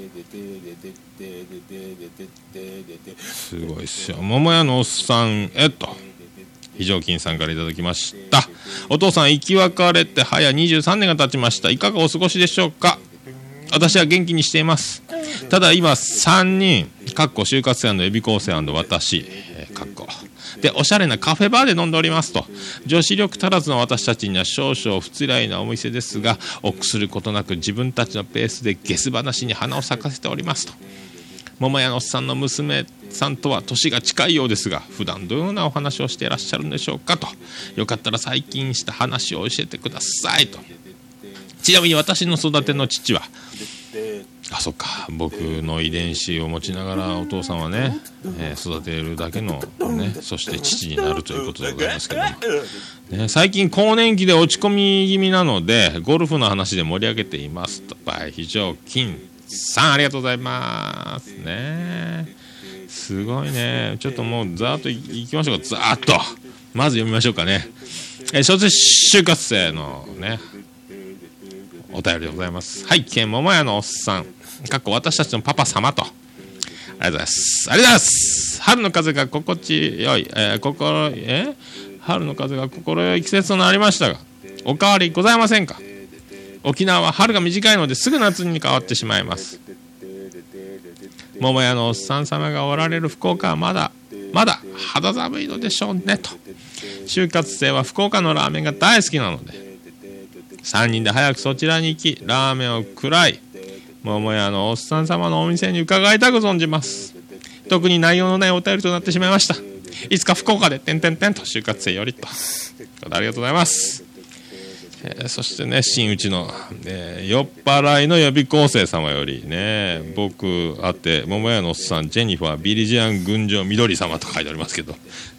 すごいっすよ。桃屋のおっさんへと非常勤さんからいただきました。お父さん、生き別れて早にじゅうさんねんが経ちました。いかがお過ごしでしょうか。私は元気にしています。ただ今さんにんかっこ就活生&予備校生&私、えー、かっこでおしゃれなカフェバーで飲んでおりますと。女子力足らずの私たちには少々不つらいなお店ですが、臆することなく自分たちのペースでゲス話に花を咲かせておりますと。桃屋のおっさんの娘さんとは年が近いようですが、普段どのようなお話をしていらっしゃるんでしょうかと。よかったら最近した話を教えてくださいと。ちなみに私の育ての父は、あ、そっか、僕の遺伝子を持ちながらお父さんはね、えー、育てるだけのね、そして父になるということでございますけども、ね、最近更年期で落ち込み気味なのでゴルフの話で盛り上げていますと。バイ非常勤さん、ありがとうございますね。すごいね。ちょっともうざーっといきましょうか。ざーっとまず読みましょうかね。えー、小説就活生のねお便りでございます。はい、桃屋のおっさんかっこ私たちのパパ様と。ありがとうございます。ありがとうございます。春の風が心地よい、えー、心えー、春の風が心よい季節となりましたが、お変わりございませんか。沖縄は春が短いのですぐ夏に変わってしまいます。桃屋のおっさん様がおられる福岡はまだまだ肌寒いのでしょうねと。就活生は福岡のラーメンが大好きなのでさんにんで早くそちらに行きラーメンを食らい、桃屋のおっさん様のお店に伺いたく存じます。特に内容のないお便りとなってしまいました。いつか福岡でてんてんてんと就活生よりと。ありがとうございます。えー、そしてね、真打ちの、えー、酔っ払いの予備校生様よりね、僕あって桃屋のおっさんジェニファービリジアン群青緑様と書いてありますけど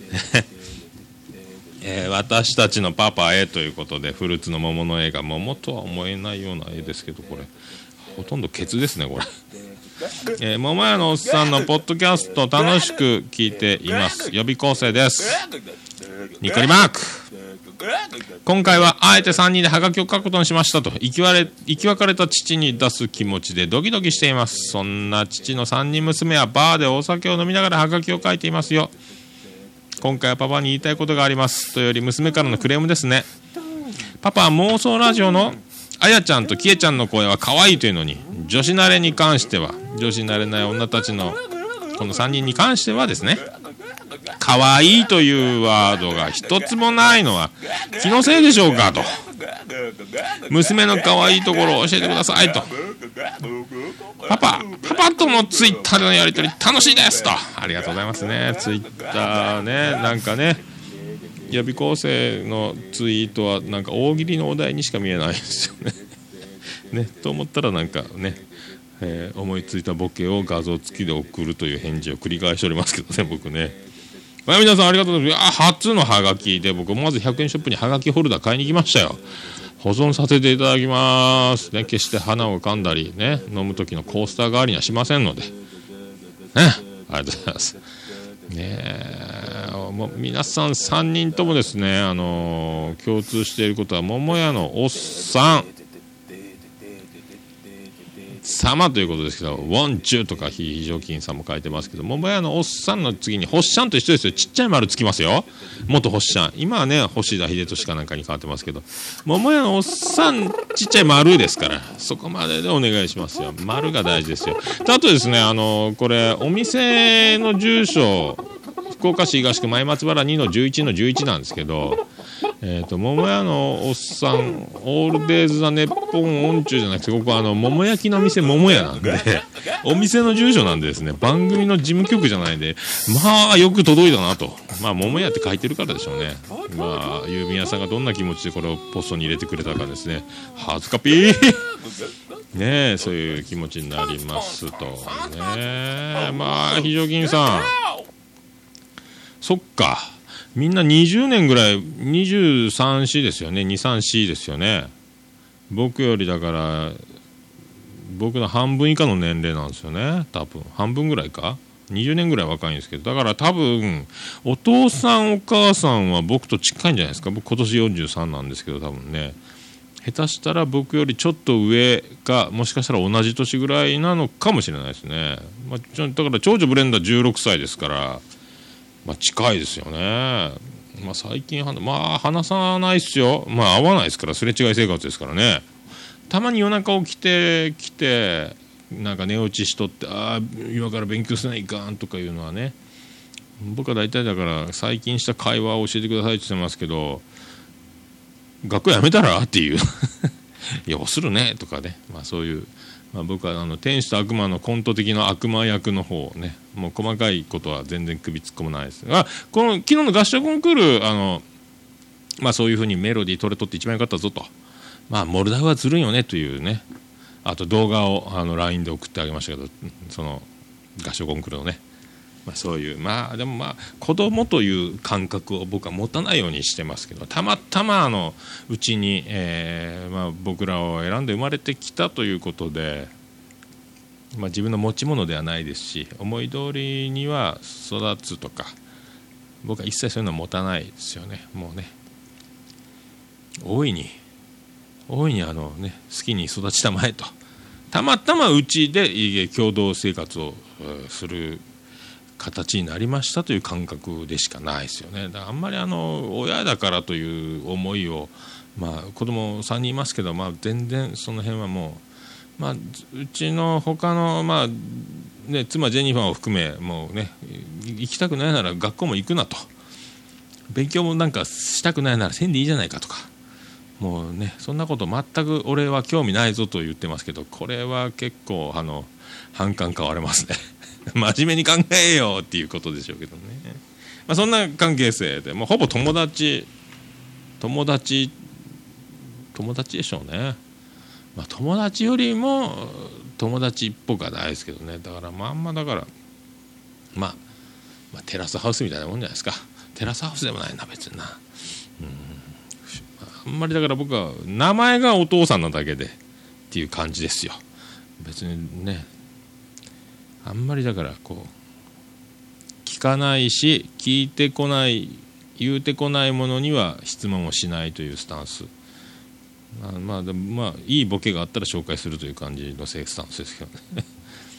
えー、私たちのパパへということで、フルーツの桃の絵が桃とは思えないような絵ですけど、これほとんどケツですねこれえー、桃屋のおっさんのポッドキャスト楽しく聞いています。予備校生です。ニコリマーク。今回はあえてさんにんでハガキを書くことにしましたと。生き別れ、生き別れた父に出す気持ちでドキドキしています。そんな父のさんにん娘はバーでお酒を飲みながらハガキを書いていますよ。今回はパパに言いたいことがありますというより娘からのクレームですね。パパは妄想ラジオのあやちゃんときえちゃんの声は可愛いというのに、女子慣れに関しては、女子慣れない女たちのこのさんにんに関してはですね、可愛いというワードが一つもないのは気のせいでしょうかと。娘の可愛いところを教えてくださいと。パパパパとのツイッターでのやり取り楽しいですと。ありがとうございますね。ツイッターね、なんかね、予備校生のツイートはなんか大喜利のお題にしか見えないんですよねね、と思ったらなんかね、えー、思いついたボケを画像付きで送るという返事を繰り返しておりますけどね、僕ね。まあ、皆さんありがとうございます。あ、初のハガキで、僕まずひゃくえんショップにハガキホルダー買いに行きましたよ。保存させていただきますね。決して花を噛んだりね、飲む時のコースター代わりにはしませんのでね。ありがとうございますね。えもう皆さんさんにんともですね、あのー、共通していることは桃屋のおっさん様ということですけど、ウォンチューとか非常勤さんも書いてますけど、桃屋のおっさんの次に星ちゃんと一緒ですよ。ちっちゃい丸つきますよ、元星ちゃん。今はね星田秀俊かなんかに変わってますけど、桃屋のおっさんちっちゃい丸ですから、そこまででお願いしますよ。丸が大事ですよ。あとですね、あのこれお店の住所、福岡市東区前松原にのじゅういちのじゅういちなんですけど、えーと、桃屋のおっさんオールデイズ・ザ・ネッポン・オンチュじゃなくて、ここはあの桃焼きの店桃屋なんでお店の住所なんでですね、番組の事務局じゃないんで、まあよく届いたなと。まあ桃屋って書いてるからでしょうね。まあ郵便屋さんがどんな気持ちでこれをポストに入れてくれたかですね、恥ずかぴーねえ、そういう気持ちになりますとね。まあ非常勤さん、そっか、みんなにじゅうねんぐらい、にじゅうさん、よんですよね、に、さん、よんですよね。僕よりだから僕の半分以下の年齢なんですよね、多分半分ぐらいか、にじゅうねんぐらい若いんですけど、だから多分お父さんお母さんは僕と近いんじゃないですか。僕今年よんじゅうさんなんですけど、多分ね、下手したら僕よりちょっと上か、もしかしたら同じ年ぐらいなのかもしれないですね。まあ、ちょだから長女ブレンダーじゅうろくさいですから、まあ、近いですよね。まあ、最近は、まあ、話さないっすよ。まあ、会わないですから、すれ違い生活ですからね。たまに夜中起きてきて、なんか寝落ちしとって、ああ、今から勉強せないかんとかいうのはね、僕は大体だから、最近した会話を教えてくださいって言ってますけど、学校やめたらっていう、いや、するねとかね、まあ、そういう。まあ、僕はあの天使と悪魔のコント的な悪魔役の方ね、もう細かいことは全然首突っ込まないですが、この昨日の合唱コンクール、あの、まあ、そういう風にメロディー取れとって一番良かったぞと、まあ、モルダウはずるいよねというね、あと動画をあの ライン で送ってあげましたけど、その合唱コンクールのね、まあ、そういう、まあでもまあ子供という感覚を僕は持たないようにしてますけど、たまたまあのうちに、えーまあ、僕らを選んで生まれてきたということで、まあ、自分の持ち物ではないですし、思い通りには育つとか、僕は一切そういうのは持たないですよね。もうね、大いに大いにあの、ね、好きに育ちたまえと、たまたまうちで共同生活をする形になりましたという感覚でしかないですよね。だからあんまりあの親だからという思いを、まあ、子供さんにんいますけど、まあ、全然その辺はもう、まあ、うちの他の、まあね、妻ジェニファーを含め、もうね、行きたくないなら学校も行くなと、勉強もなんかしたくないならせんでいいじゃないかとか、もうね、そんなこと全く俺は興味ないぞと言ってますけど、これは結構あの反感買われますね真面目に考えようっていうことでしょうけどね、まあ、そんな関係性で、もうほぼ友達友達友達でしょうね。まあ、友達よりも友達っぽくはないですけどね。だからまああんまだから、まあ、まあテラスハウスみたいなもんじゃないですか。テラスハウスでもないな別にな、うん、あんまりだから僕は名前がお父さんなだけでっていう感じですよ。別にね、あんまりだからこう聞かないし、聞いてこない、言うてこないものには質問をしないというスタンス。まあまあ、でもまあいいボケがあったら紹介するという感じのスタンスですけどねね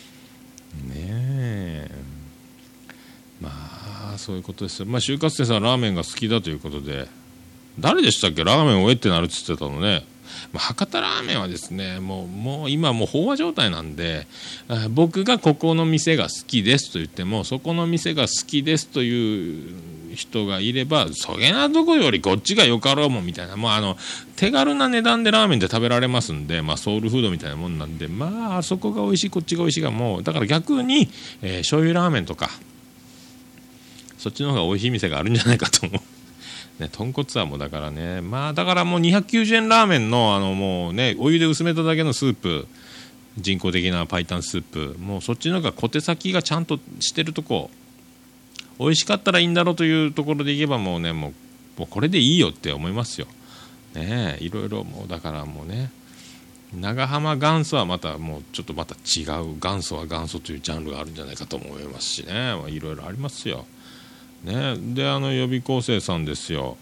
え、まあそういうことですよ。まあ就活生さんラーメンが好きだということで、誰でしたっけ、ラーメンをえってなるって言ってたのね。まあ、博多ラーメンはですね、もう、もう今もう飽和状態なんで、僕がここの店が好きですと言っても、そこの店が好きですという人がいれば、そげなとこよりこっちがよかろうもみたいな、もうあの手軽な値段でラーメンって食べられますんで、まあ、ソウルフードみたいなもんなんで、まああそこが美味しいこっちが美味しいが、もうだから逆に、えー、醤油ラーメンとかそっちの方が美味しい店があるんじゃないかと思うね、豚骨はもうだからね、まあだからもうにひゃくきゅうじゅうえんラーメンのあのもうね、お湯で薄めただけのスープ、人工的なパイタンスープ、もうそっちの方が小手先がちゃんとしてるとこ、美味しかったらいいんだろうというところでいけば、もうね、もう、もうこれでいいよって思いますよね。いろいろもうだからもうね、長浜元祖はまたもうちょっとまた違う、元祖は元祖というジャンルがあるんじゃないかと思いますしね、まあ、いろいろありますよね。で、あの予備校生さんですよ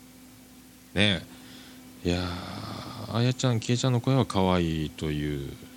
ね。いやー、あやちゃん、きえちゃんの声は可愛いという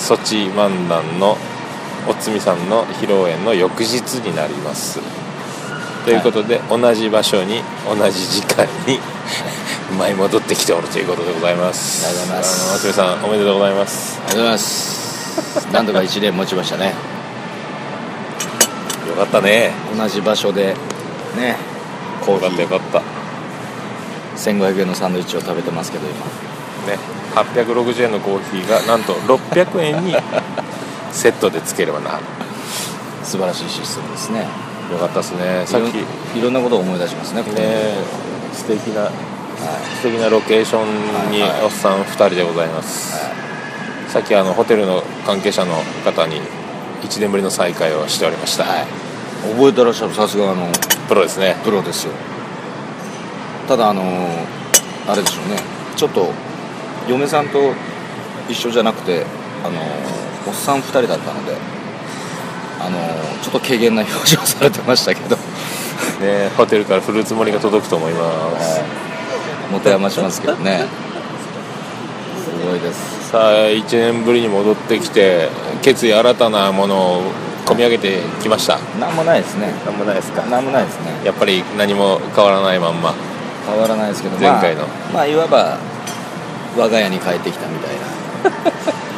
ソチ漫談のおつみさんの披露宴の翌日になります。ということで、はい、同じ場所に同じ時間に舞い戻ってきておるということでございます。 ありがとうございます。 おつみさんおめでとうございます。 ありがとうございます。なんとか一年持ちましたね。 よかったね。 同じ場所でね、コーヒーよかったよかった。 せんごひゃくえんのサンドイッチを食べてますけど今ね、はっぴゃくろくじゅうえんのコーヒーがなんとろっぴゃくえんにセットでつければなる。 素晴らしいシステムですね。 よかったですね。さっきいろんなことを思い出しますね。ここね、素敵な、はい、素敵なロケーションにおっさんふたりでございます、はいはい、さっきあのホテルの関係者の方にいちねんぶりの再会をしておりました、はい、 覚えてらっしゃる。さすがあのプロですね。 プロですよ。ただあのあれでしょうね、ちょっと嫁さんと一緒じゃなくてあのおっさんふたりだったのであのちょっと軽減な表情されてましたけどね、ホテルからフルーツ盛りが届くと思います、はい、 持て余しますけどねすごいです。 さあいちねんぶりに戻ってきて決意新たなものを込み上げてきました。 なんもないですね。 なんもないですか。 なんもないですね。 やっぱり何も変わらないまんま。 変わらないですけど、 前回の、 まあ、まあいわば我が家に帰ってきたみたいな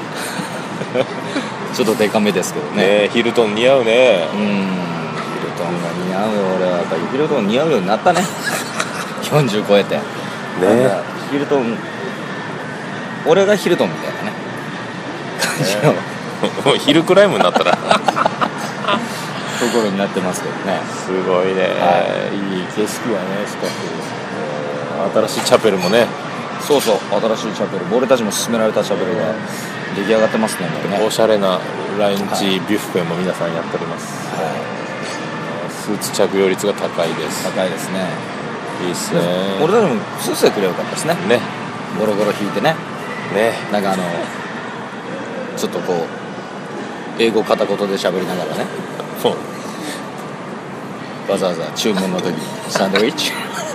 ちょっとデカめですけどね。 ね、ヒルトン似合うね。 うん、ヒルトンが似合うよ。俺はやっぱりヒルトン似合うようになったねよんじゅう超えてね。ヒルトン、俺がヒルトンみたいなね感じの、ね、 もうヒルクライムになったらところになってますけどね。 すごいね、はい、いい景色やね。しかし新しいチャペルもね。 そうそう、新しいチャペル、俺たちも勧められたチャペルが出来上がってますね。 おしゃれなランチビュッフェも皆さんやっております、はい、スーツ着用率が高いです。 高いですね。 いいっすね。 俺たちもスーツでくれよかったですね。 ね、 ゴロゴロ引いてね。 ね、 なんかあのちょっとこう英語片言で喋りながらね。 そう。 わざわざ注文の時にサンドイッチ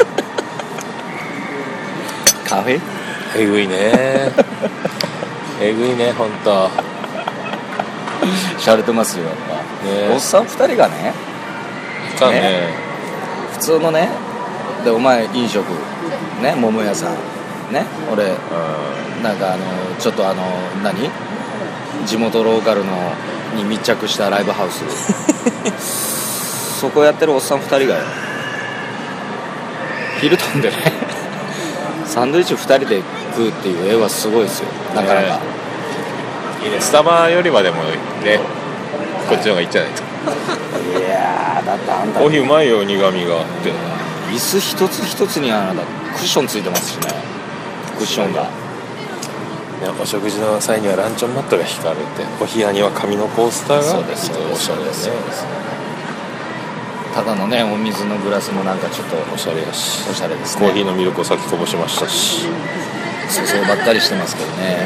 カフェえぐいねえぐいね、ほんとしゃれてますよやっぱ、ね、おっさんふたりがねいかんね、 ね、普通のねで、お前飲食ね、桃屋さんね、俺、うん、なんかあのちょっとあの何地元ローカルのに密着したライブハウスそこやってるおっさんふたりがよヒルトンでねサンドイッチふたりで食うっていう絵はすごいですよ。なかなか、ね、 いいね。スタバよりはでもねこっちの方がいいんじゃないといやーだってあんたコーヒーうまいよ、苦味があって。 椅子一つ一つにあなたクッションついてますしね。クッションが、ね、 お食事の際にはランチョンマットが引かれて、お部屋には紙のコースターが。 そうです、おしゃれですね。ただのねお水のグラスもなんかちょっとおしゃれやし、 おしゃれですね。 コーヒーのミルクを先こぼしましたし、 そうそうばっかりしてますけどね。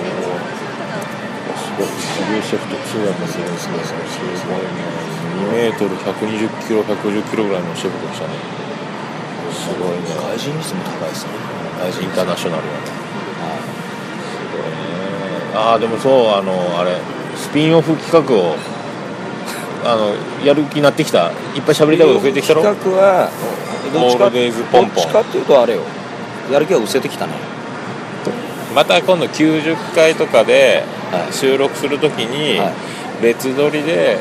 すごい、シリューシェフと通訳するんですけど、すごいね。にメートルひゃくにじゅっキロひゃくじゅっキロぐらいのシェフでしたね。すごいね。 外人にしても高いですね。 外人インターナショナルはね、はい、すごいね。ああでもそうあのあれスピンオフ企画をあのやる気になってきた。いっぱい喋りたいこと増えてきたろ。 企画はどっちか、どっちかっていうとあれよ、やる気が失せてきたね。 また今度きゅうじゅっかいとかで収録するときに別撮りで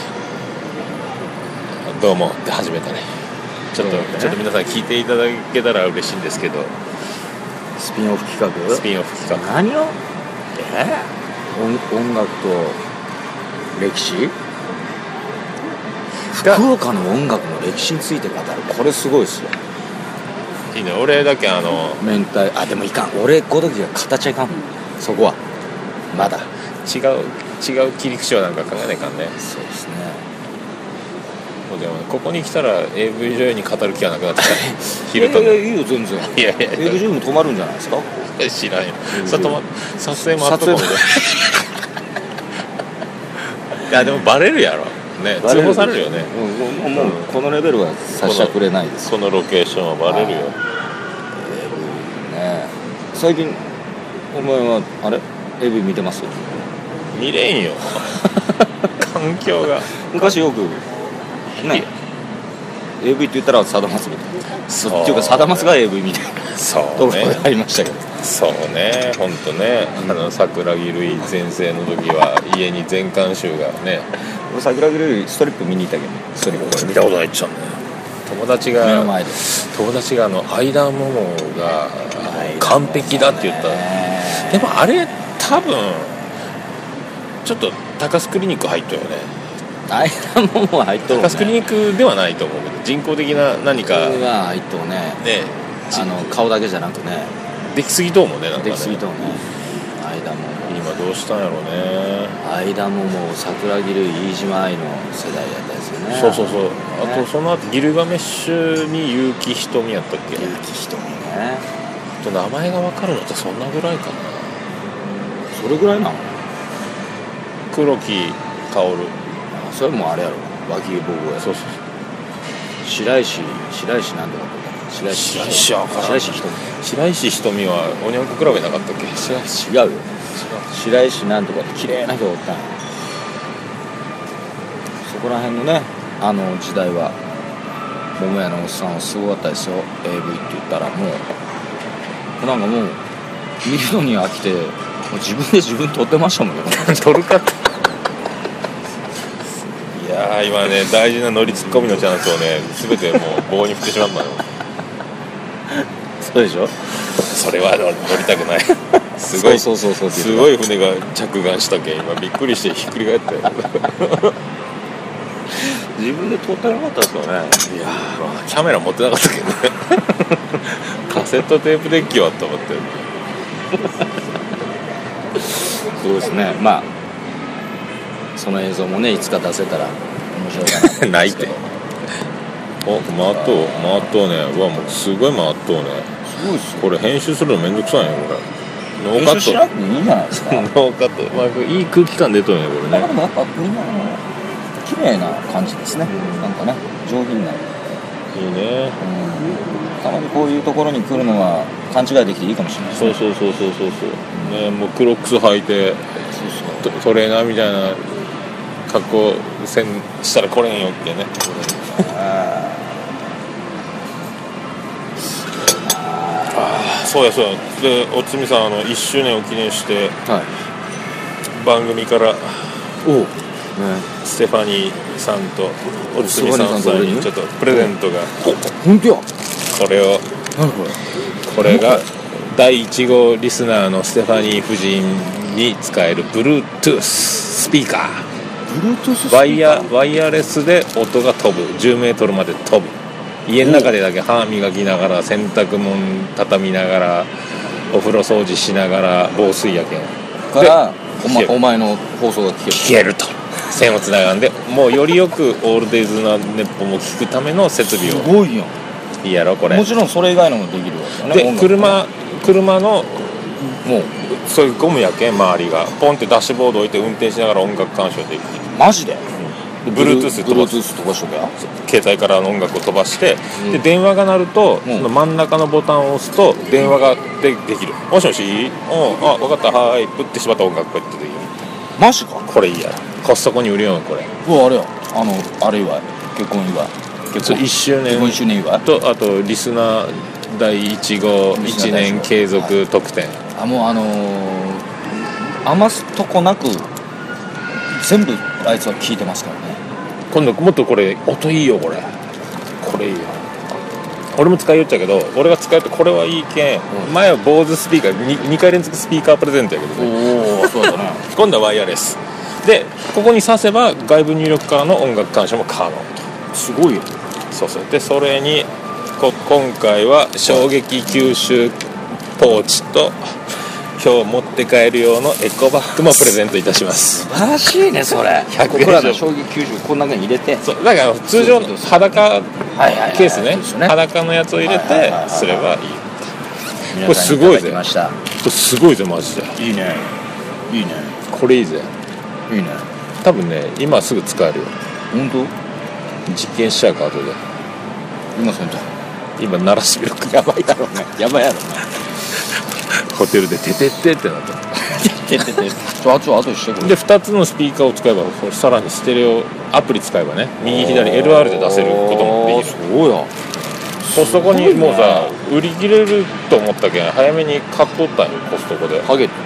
どうもって始めたね。ちょっと、ね、ちょっと皆さん聞いていただけたら嬉しいんですけど。 スピンオフ企画スピンオフ企画何をえ音, 音楽と歴史、福岡の音楽の歴史について語る。これすごいですよ。 いいね。俺だけあの明太あでもいかん、俺ごときが語っちゃいかん、そこはまだ違う違う切り口をなんか考えないかんね。 そうですね。 でもここに来たら エーブイ 女優に語る気がなくなってきたヒルトン。 いやいやいいよ全然。 いやいやエーブイ 女優も止まるんじゃないですか。 知らんよ。さ止ま撮影もあったかもね。いやでもバレるやろね。通報されるよね。 うん、もう、もうこのレベルはさせてくれないです。 このロケーションはバレるよ。 ね、最近お前はあれ エーブイ 見てます？ 見れんよ環境が。 昔よくね エーブイ って言ったらさだまつみたいな、そうっていうかさだまつが エーブイ みたいなそうところねがありましたけど、 そうねほんとね、あの桜木瑠衣全盛の時は家に全巻集がね、 俺桜木瑠衣ストリップ見に行ったけど、ストリップ見たことないっちゃうね。友達目のが前で友達があの相田桃が完璧だって言った。でもあれ多分ちょっと高須クリニック入ったよね。 相田桃は入っとるね。 高須クリニックではないと思うけど人工的な何か僕が入っとるね。 ねあの顔だけじゃなくね、 できすぎと思うね、なんかね。 できすぎとるね。相田桃今どうしたんやろうね。 相田桃、桜木瑠衣、飯島愛の世代やったですよね。 そうそうそう、あとねその後ギルガメッシュに結城ひとみやったっけ。 結城ひとみね。 あと名前が分かるのってそんなぐらいかな。 それぐらいなの？ 黒木薫。 それもあれやろ、脇毛ボーボーや。 そうそう白石白石なんとかとか白石白石わからん白石ひとみ白石ひとみはおにゃんこクラブなかったっけ。白石違うよ。白石なんとかって綺麗な人がおったんや。そこら辺のね、あの時代は桃屋のおっさんはすごかったですよ。 エーブイ って言ったらもうなんかもう見るのに飽きて、もう自分で自分撮ってましたもんね撮るかっていやー今ね大事な乗りツッコミのチャンスをね全てもう棒に振ってしまったのよそうでしょ。 それは乗りたくないすごいそうそうそうそうすごい船が着岸したけん今びっくりしてひっくり返ったよ自分で撮ってなかったですよね。 いやー、まあ、キャメラ持ってなかったけどねカセットテープデッキはあったと思ってそうですね。まあその映像もねいつか出せたら面白いかなと思いますけどないってお回っとう回っとうね。うわもうすごい回っとうね。 すごいっすよ。 これ編集するのめんどくさいねこれ。ノーカット編集しなくていいんじゃないですか。 ノーカット、まあ、いい空気感出とるねこれね。 だからでもやっぱみんな綺麗な感じですね。なんかね上品な、 いいね。 うん、たまにこういうところに来るのは勘違いできていいかもしれないですね。 そうそうそうそうそうそうね。もうクロックス履いてト, トレーナーみたいな格好せんしたら来れんよってね。ああそうやそうや。でおつみさんあのいっしゅうねんを記念してはい番組からおう、ね、 ステファニーさんとおつみさんステファニーさんと俺ににちょっとプレゼントが、 本当や。 これを何これ。 これがだいいち号リスナーのステファニー夫人に使える Bluetooth スピーカー。 Bluetooth スピーカー。 ワイヤワイヤレスで音が飛ぶ。じゅうメートルまで飛ぶ。家の中でだけ歯磨きながら洗濯物畳みながらお風呂掃除しながら防水やけんからお,、ま、 でお前の放送が聞ける聞けると線をつながんでもうよりよくオールデイズな熱波も聞くための設備すを。 ごいやん。 いいやろこれ。 もちろんそれ以外のもできるわけよね。 で音楽車車のもうそういうゴムやけん周りがポンってダッシュボード置いて運転しながら音楽鑑賞できる。 マジで。 Bluetooth 飛ばす Bluetooth 飛ばしとけや。 携帯からの音楽を飛ばして、 うんで電話が鳴ると、 うんその真ん中のボタンを押すと電話がでできる。もしもし、うん、あ分かった、はーい、プッてしまった音楽こうやってできる。 マジか。 これいいやろ。コストコに売るよこれ。 うわあれや、あのあれ祝い、結婚祝い、結婚いっしゅうね結婚いっんしゅうねん祝いとあとリスナーだいいち号いちねん継続特典。 あもうあのー、余すとこなく全部あいつは聞いてますからね。 今度もっとこれ音いいよこれ。これいいよ。俺も使いよっちゃうけど俺が使うとこれはいいけん、うん、前は坊主スピーカー 2, にかい連続スピーカープレゼントやけどね。 おおそうだね今度はワイヤレスでここに挿せば外部入力からの音楽鑑賞も可能と。 すごいよ。 そうそう。でそれにこ今回は衝撃吸収ポーチと今日持って帰る用のエコバッグもプレゼントいたします。 素晴らしいねそれ。 ひゃくえん僕らの衝撃吸収この中に入れて。 そうだから通常の裸ケースね、 ね裸のやつを入れてすればいい。これすすごいぜ。 ました。 これすごいぜマジで。 いいねいいねこれいいぜ。 いいね。 多分ね今すぐ使えるよ。 本当？ 実験しちゃうか後で。 今そんと今鳴らしてみるか。 やばいだろうね。やばいやろうね。 ホテルでテテテってなった。 てててちょあとあとしてくれでふたつのスピーカーを使えばさらにステレオアプリ使えばね右左 エルアール で出せることもできる。 そうやコストコにもうさ売り切れると思ったけん早めに買っとったんよコストコで。 ハゲって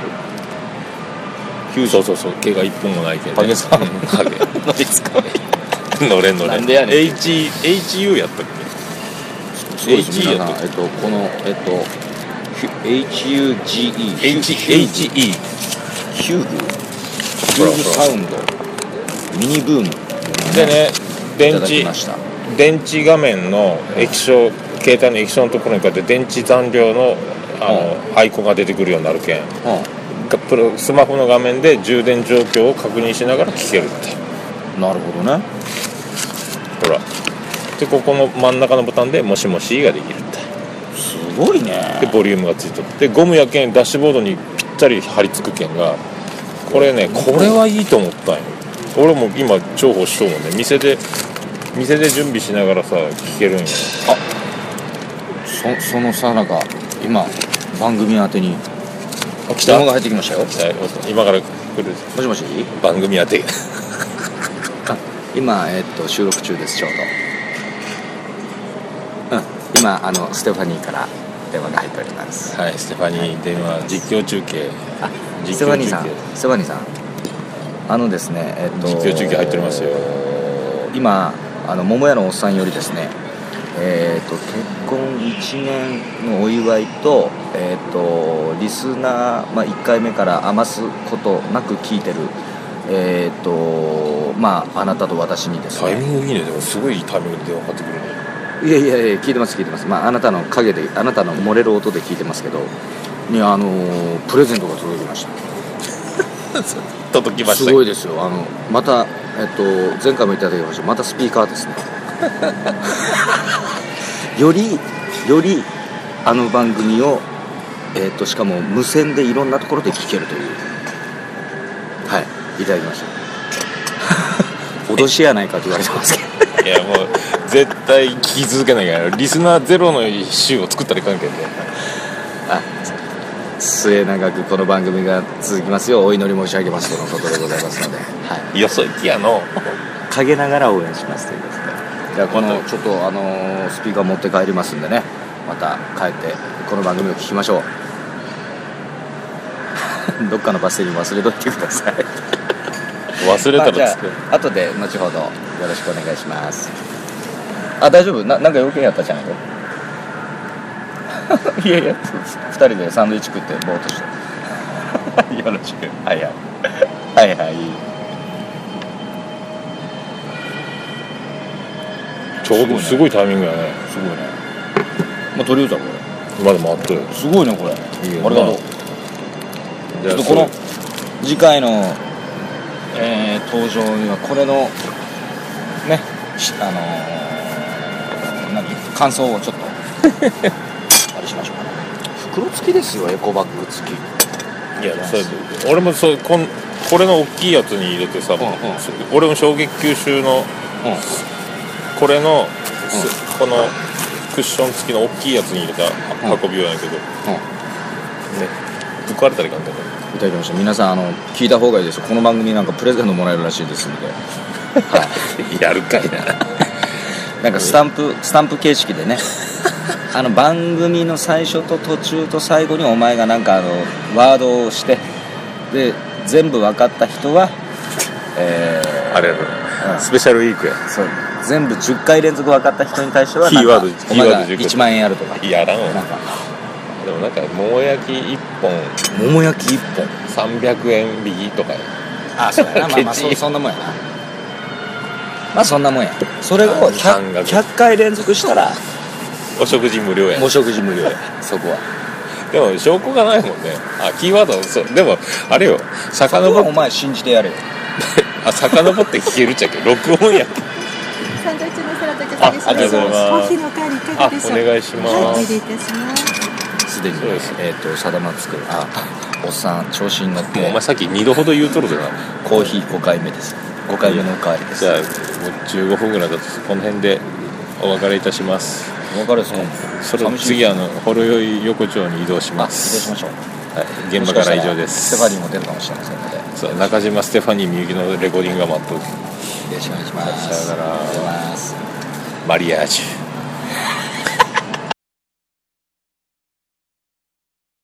そうそうそう毛が一本もないけんね。 ハゲさんハゲのですかのれんのれんなんでやねん H HU やったっけ。 H やったえっとこのえっと エイチユージーイー H HE ヒューグヒューグサウンドミニブームでね電いただき池ました。 電池画面の液晶携帯の液晶のところにこうやって電池残量のあのアイコンが出てくるようになるけんプロスマホの画面で充電状況を確認しながら聞けるって。 なるほどね。 ほらでここの真ん中のボタンでもしもしができるってすごいね。 でボリュームがついとってゴムやけんダッシュボードにぴったり貼り付くけんがこれねこれはいいと思ったんよ。俺も今重宝しとうもんね。店で店で準備しながらさ聞けるんよ。 そ, そのさなか今番組宛てに来た電話が入ってきましたよ。 今から来るもしもし番組宛て今、えっと、収録中ですちょうど、うん、今あのステファニーから電話が入っております。 はいステファニー電話実況中継。 あ実況中継ステファニーさんステファニーさんあのですねえっと実況中継入っておりますよ。 今あの桃屋のおっさんよりですねえー、と結婚いちねんのお祝いと,、えー、とリスナー、まあ、いっかいめから余すことなく聞いてる、えーとまあ、あなたと私にですねタイミングいいね。でもすごいいいタイミングで電話かかってくるね。 いやいやいや聞いてます聞いてます、まあ、あなたの影であなたの漏れる音で聞いてますけどにあのープレゼントが届きました届きました。 すごいですよ。あのまた、えっと、前回もいただきましたまたスピーカーですねよりよりあの番組を、えっと、しかも無線でいろんなところで聞けるというはいいただきました脅しやないかと言われてますけどいやもう絶対聞き続けなきゃリスナーゼロの週を作ったり関係であ末永くこの番組が続きますようお祈り申し上げますとのことでございますので、はい、 よそ行きやの陰ながら応援しますということでじゃあこのちょっとあのー、スピーカー持って帰りますんでねまた帰ってこの番組を聞きましょうどっかのバス停に忘れといてください忘れたらつく、 まあ、じゃあ後で後ほどよろしくお願いします。あ大丈夫 な, なんか余計やったじゃないのいやいやふたりでサンドイッチ食ってぼーっとしてよろしくはいはいはいはいちょうどすごいタイミングやね。 すごいね。まあとりあえずはこれまだ待っとる。 すごいねこれいいよありがとう。 じゃあちょっとこの次回の、えー、登場にはこれのねあのー、何感想をちょっとあれしましょうかね。袋付きですよエコバッグ付き。 いやそれ俺もそうこんこれの大きいやつに入れてさ、うんうん、俺も衝撃吸収の、うん、これの、うん、このクッション付きの大きいやつに入れた運びようやけど、うんうん、ねぶっ壊れたりかんけどいただきました。皆さんあの聞いた方がいいですよ。この番組なんかプレゼントもらえるらしいですのではい、 やるかいななんかスタンプスタンプ形式でねあの番組の最初と途中と最後にお前がなんかあのワードをしてで全部分かった人は、えー、 あれやろ、うん、スペシャルウィークやそう全部じゅっかい連続分かった人に対してはキーワードお前がいちまんえんやるとかやらんわなんかでもなんか桃焼きいっぽん桃焼きいっぽんさんびゃくえん引きとかやあそうやなまあまあ そ, そんなもんやなまあそんなもんやそれを ひゃく, ひゃっかい連続したらお食事無料やお食事無料やそこはでも証拠がないもんねあキーワードそうでもあれよ遡ってお前信じてやれよあ遡って聞けるっちゃけど録音やサンドイッチのサラダいかがですか。 ありがとうございます。 コーヒーのおかわりいかがでしょう。 お願いします。 はい、お入れいたしますすでにえっ、ー、とさだまつくあおっさん調子に乗ってもうお前さっきにどほど言うとるでなコーヒーごかいめですごかいめのおかわりです。 じゃあもうじゅうごふんぐらいだとこの辺でお別れいたします。 お別れですか、 うん、それ次あのほろ酔い横丁に移動します。 移動しましょう。 はい、現場からは以上です。 ステファニーも出るかもしれませんので、 そう中島ステファニーみゆきのレコーディングが待っとる。 よろしくお願いします。 さよなら。 ありがとうございます。 マリアージュ。